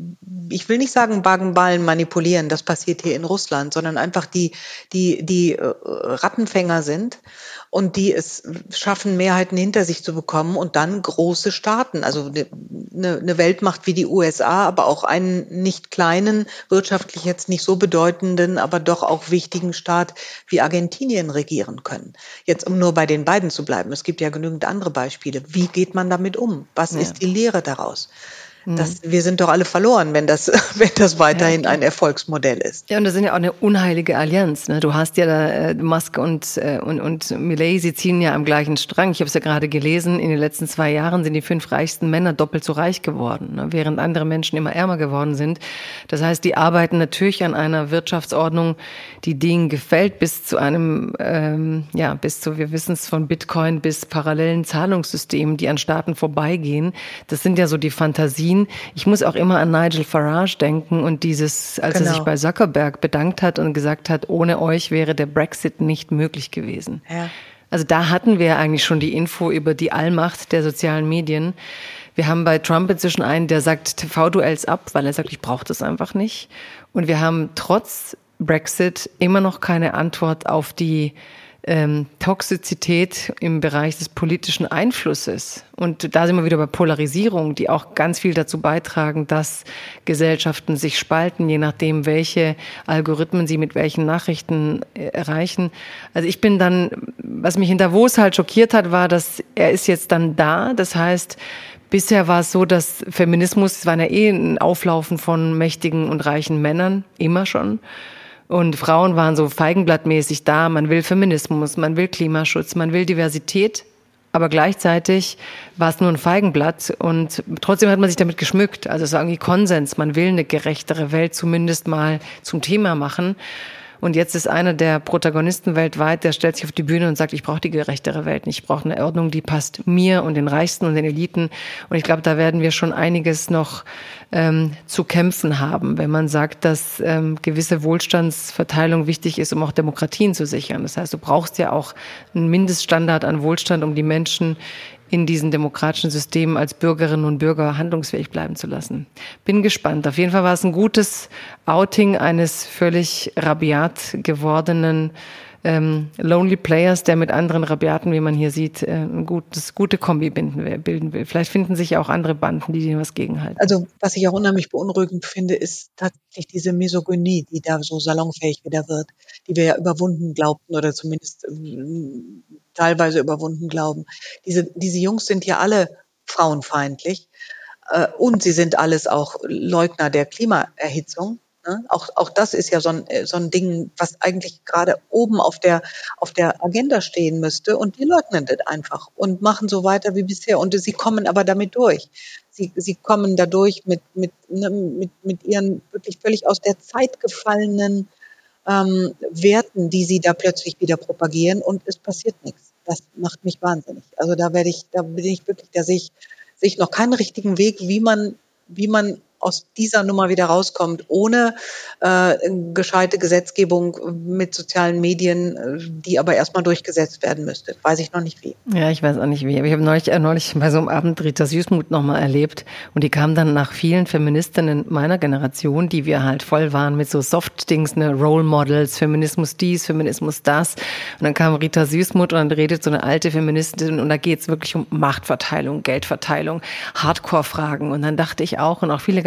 ich will nicht sagen Wagenballen manipulieren, das passiert hier in Russland, sondern einfach die, die, die Rattenfänger sind und die es schaffen, Mehrheiten hinter sich zu bekommen und dann große Staaten, also eine, eine Weltmacht wie die U S A, aber auch einen nicht kleinen, wirtschaftlich jetzt nicht so bedeutenden, aber doch auch wichtigen Staat wie Argentinien regieren können. Jetzt, um nur bei den beiden zu bleiben, es gibt ja genügend andere Beispiele. Wie geht man damit um? Was ja. ist die Lehre daraus? Das, wir sind doch alle verloren, wenn das, wenn das weiterhin ja, ein Erfolgsmodell ist. Ja, und das sind ja auch eine unheilige Allianz. Ne? Du hast ja da äh, Musk und, äh, und, und Millet, sie ziehen ja am gleichen Strang. Ich habe es ja gerade gelesen, in den letzten zwei Jahren sind die fünf reichsten Männer doppelt so reich geworden, ne? Während andere Menschen immer ärmer geworden sind. Das heißt, die arbeiten natürlich an einer Wirtschaftsordnung, die denen gefällt, bis zu einem, ähm, ja, bis zu, wir wissen es von Bitcoin, bis parallelen Zahlungssystemen, die an Staaten vorbeigehen. Das sind ja so die Fantasien. Ich muss auch immer an Nigel Farage denken und dieses, als genau. er sich bei Zuckerberg bedankt hat und gesagt hat, ohne euch wäre der Brexit nicht möglich gewesen. Ja. Also da hatten wir eigentlich schon die Info über die Allmacht der sozialen Medien. Wir haben bei Trump inzwischen einen, der sagt T V-Duells ab, weil er sagt, ich brauche das einfach nicht. Und wir haben trotz Brexit immer noch keine Antwort auf die Ähm, Toxizität im Bereich des politischen Einflusses. Und da sind wir wieder bei Polarisierung, die auch ganz viel dazu beitragen, dass Gesellschaften sich spalten, je nachdem, welche Algorithmen sie mit welchen Nachrichten äh, erreichen. Also ich bin dann, was mich in Davos halt schockiert hat, war, dass er ist jetzt dann da. Das heißt, bisher war es so, dass Feminismus, es war ja eh ein Auflaufen von mächtigen und reichen Männern, immer schon. Und Frauen waren so feigenblattmäßig da, man will Feminismus, man will Klimaschutz, man will Diversität, aber gleichzeitig war es nur ein Feigenblatt und trotzdem hat man sich damit geschmückt. Also es war irgendwie Konsens, man will eine gerechtere Welt zumindest mal zum Thema machen. Und jetzt ist einer der Protagonisten weltweit, der stellt sich auf die Bühne und sagt, ich brauche die gerechtere Welt nicht. Ich brauche eine Ordnung, die passt mir und den Reichsten und den Eliten. Und ich glaube, da werden wir schon einiges noch ähm, zu kämpfen haben, wenn man sagt, dass ähm, gewisse Wohlstandsverteilung wichtig ist, um auch Demokratien zu sichern. Das heißt, du brauchst ja auch einen Mindeststandard an Wohlstand, um die Menschen in diesen demokratischen Systemen als Bürgerinnen und Bürger handlungsfähig bleiben zu lassen. Bin gespannt. Auf jeden Fall war es ein gutes Outing eines völlig rabiat gewordenen ähm, Lonely Players, der mit anderen Rabiaten, wie man hier sieht, äh, ein gutes, gute Kombi bilden will, bilden will. Vielleicht finden sich ja auch andere Banden, die denen was gegenhalten. Also was ich auch unheimlich beunruhigend finde, ist tatsächlich diese Misogynie, die da so salonfähig wieder wird, die wir ja überwunden glaubten oder zumindest ähm, teilweise überwunden glauben. Diese, diese Jungs sind ja alle frauenfeindlich äh, und sie sind alles auch Leugner der Klimaerhitzung. Ne? Auch, auch das ist ja so ein, so ein Ding, was eigentlich gerade oben auf der, auf der Agenda stehen müsste, und die leugnen das einfach und machen so weiter wie bisher. Und sie kommen aber damit durch. Sie, sie kommen dadurch mit, mit, ne, mit, mit ihren wirklich völlig aus der Zeit gefallenen ähm, Werten, die sie da plötzlich wieder propagieren, und es passiert nichts. Das macht mich wahnsinnig. Also da werde ich, da bin ich wirklich, da sehe ich, sehe ich noch keinen richtigen Weg, wie man, wie man aus dieser Nummer wieder rauskommt, ohne äh, gescheite Gesetzgebung mit sozialen Medien, die aber erstmal durchgesetzt werden müsste. Weiß ich noch nicht wie. Ja, ich weiß auch nicht wie. Aber ich habe neulich, äh, neulich bei so einem Abend Rita Süßmuth nochmal erlebt, und die kam dann nach vielen Feministinnen meiner Generation, die wir halt voll waren mit so Soft-Dings, ne, Role Models, Feminismus dies, Feminismus das. Und dann kam Rita Süßmuth und dann redet so eine alte Feministin, und da geht es wirklich um Machtverteilung, Geldverteilung, Hardcore-Fragen. Und dann dachte ich auch, und auch viele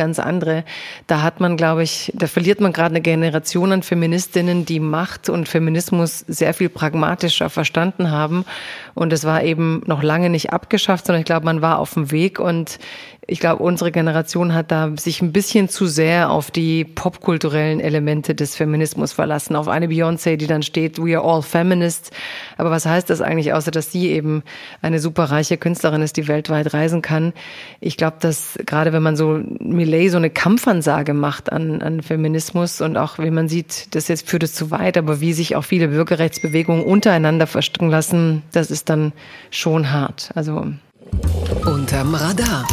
ganz andere. Da hat man, glaube ich, da verliert man gerade eine Generation an Feministinnen, die Macht und Feminismus sehr viel pragmatischer verstanden haben. Und es war eben noch lange nicht abgeschafft, sondern ich glaube, man war auf dem Weg. Und ich glaube, unsere Generation hat da sich ein bisschen zu sehr auf die popkulturellen Elemente des Feminismus verlassen. Auf eine Beyoncé, die dann steht, we are all feminists. Aber was heißt das eigentlich, außer dass sie eben eine superreiche Künstlerin ist, die weltweit reisen kann? Ich glaube, dass gerade wenn man so Millet so eine Kampfansage macht an, an Feminismus und auch, wie man sieht, das jetzt führt es zu weit, aber wie sich auch viele Bürgerrechtsbewegungen untereinander verstricken lassen, das ist dann schon hart. Also Unterm Radar.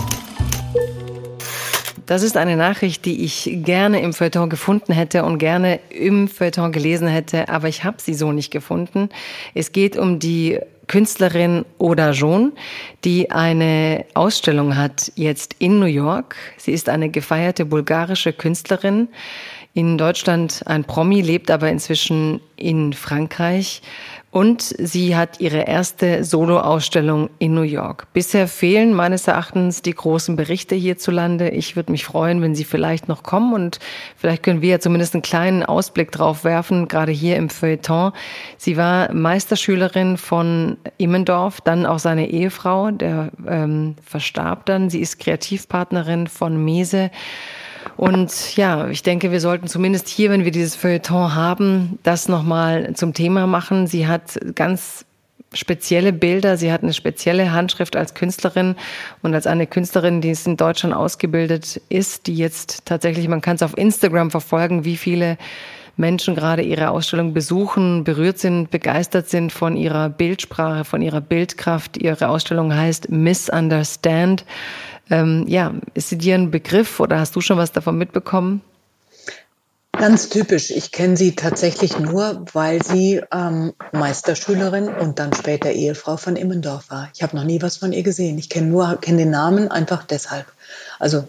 Das ist eine Nachricht, die ich gerne im Feuilleton gefunden hätte und gerne im Feuilleton gelesen hätte, aber ich habe sie so nicht gefunden. Es geht um die Künstlerin Oda John, die eine Ausstellung hat jetzt in New York. Sie ist eine gefeierte bulgarische Künstlerin, in Deutschland ein Promi, lebt aber inzwischen in Frankreich. Und sie hat ihre erste Solo-Ausstellung in New York. Bisher fehlen meines Erachtens die großen Berichte hierzulande. Ich würde mich freuen, wenn sie vielleicht noch kommen und vielleicht können wir ja zumindest einen kleinen Ausblick drauf werfen, gerade hier im Feuilleton. Sie war Meisterschülerin von Immendorf, dann auch seine Ehefrau, der ähm, verstarb dann. Sie ist Kreativpartnerin von Mese. Und ja, ich denke, wir sollten zumindest hier, wenn wir dieses Feuilleton haben, das nochmal zum Thema machen. Sie hat ganz spezielle Bilder, sie hat eine spezielle Handschrift als Künstlerin und als eine Künstlerin, die es in Deutschland ausgebildet ist, die jetzt tatsächlich, man kann es auf Instagram verfolgen, wie viele Menschen gerade ihre Ausstellung besuchen, berührt sind, begeistert sind von ihrer Bildsprache, von ihrer Bildkraft. Ihre Ausstellung heißt Misunderstand. Ähm, ja, ist sie dir ein Begriff oder hast du schon was davon mitbekommen? Ganz typisch. Ich kenne sie tatsächlich nur, weil sie ähm, Meisterschülerin und dann später Ehefrau von Immendorf war. Ich habe noch nie was von ihr gesehen. Ich kenne nur kenne den Namen einfach deshalb. Also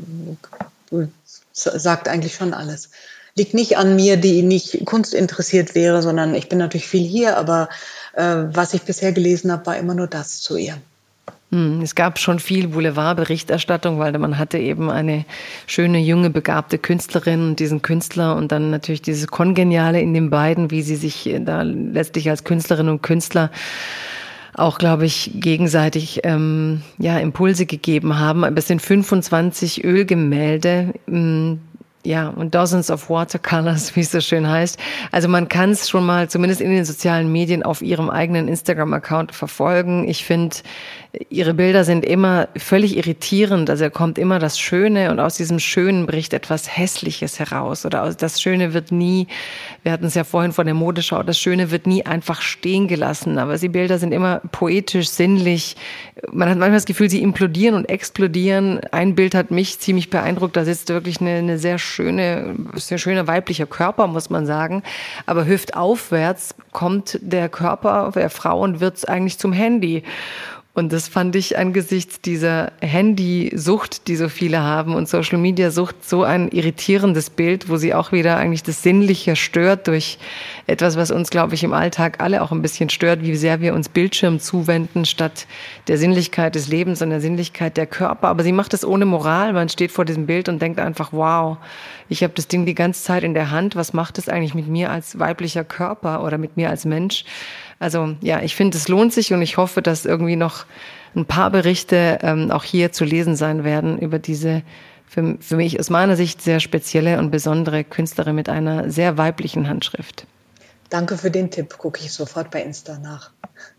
sagt eigentlich schon alles. Liegt nicht an mir, die nicht kunstinteressiert wäre, sondern ich bin natürlich viel hier, aber äh, was ich bisher gelesen habe, war immer nur das zu ihr. Es gab schon viel Boulevardberichterstattung, weil man hatte eben eine schöne, junge, begabte Künstlerin und diesen Künstler und dann natürlich dieses Kongeniale in den beiden, wie sie sich da letztlich als Künstlerin und Künstler auch, glaube ich, gegenseitig ähm, ja Impulse gegeben haben. Aber es sind fünfundzwanzig Ölgemälde, ähm, ja, und Dozens of Watercolors, wie es so schön heißt. Also man kann es schon mal zumindest in den sozialen Medien auf ihrem eigenen Instagram-Account verfolgen. Ich finde, ihre Bilder sind immer völlig irritierend. Also da kommt immer das Schöne und aus diesem Schönen bricht etwas Hässliches heraus. Oder aus, das Schöne wird nie, wir hatten es ja vorhin von der Modeschau, das Schöne wird nie einfach stehen gelassen. Aber die Bilder sind immer poetisch, sinnlich. Man hat manchmal das Gefühl, sie implodieren und explodieren. Ein Bild hat mich ziemlich beeindruckt. Da sitzt wirklich eine, eine sehr schöne, sehr schöner weiblicher Körper, muss man sagen. Aber hüftaufwärts kommt der Körper der Frau und wird eigentlich zum Handy. Und das fand ich angesichts dieser Handysucht, die so viele haben und Social-Media-Sucht, so ein irritierendes Bild, wo sie auch wieder eigentlich das Sinnliche stört durch etwas, was uns, glaube ich, im Alltag alle auch ein bisschen stört, wie sehr wir uns Bildschirm zuwenden statt der Sinnlichkeit des Lebens und der Sinnlichkeit der Körper. Aber sie macht es ohne Moral. Man steht vor diesem Bild und denkt einfach, wow, ich habe das Ding die ganze Zeit in der Hand. Was macht es eigentlich mit mir als weiblicher Körper oder mit mir als Mensch? Also ja, ich finde, es lohnt sich und ich hoffe, dass irgendwie noch ein paar Berichte ähm, auch hier zu lesen sein werden über diese für, für mich aus meiner Sicht sehr spezielle und besondere Künstlerin mit einer sehr weiblichen Handschrift. Danke für den Tipp, gucke ich sofort bei Insta nach.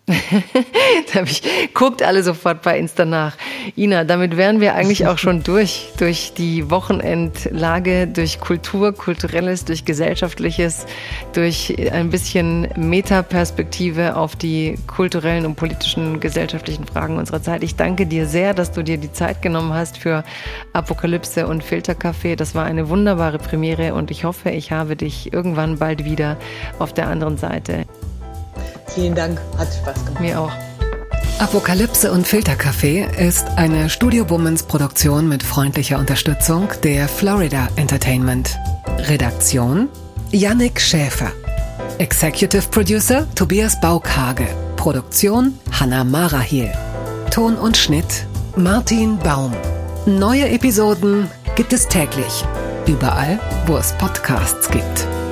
da ich, guckt alle sofort bei Insta nach. Ina, damit wären wir eigentlich auch schon durch, durch die Wochenendlage, durch Kultur, Kulturelles, durch Gesellschaftliches, durch ein bisschen Metaperspektive auf die kulturellen und politischen, gesellschaftlichen Fragen unserer Zeit. Ich danke dir sehr, dass du dir die Zeit genommen hast für Apokalypse und Filterkaffee. Das war eine wunderbare Premiere und ich hoffe, ich habe dich irgendwann bald wieder auf der anderen Seite. Vielen Dank, hat Spaß gemacht. Mir auch. Apokalypse und Filterkaffee ist eine Studio Womans Produktion mit freundlicher Unterstützung der Florida Entertainment. Redaktion Yannick Schäfer. Executive Producer Tobias Baukage. Produktion Hanna Marahiel. Ton und Schnitt Martin Baum. Neue Episoden gibt es täglich. Überall, wo es Podcasts gibt.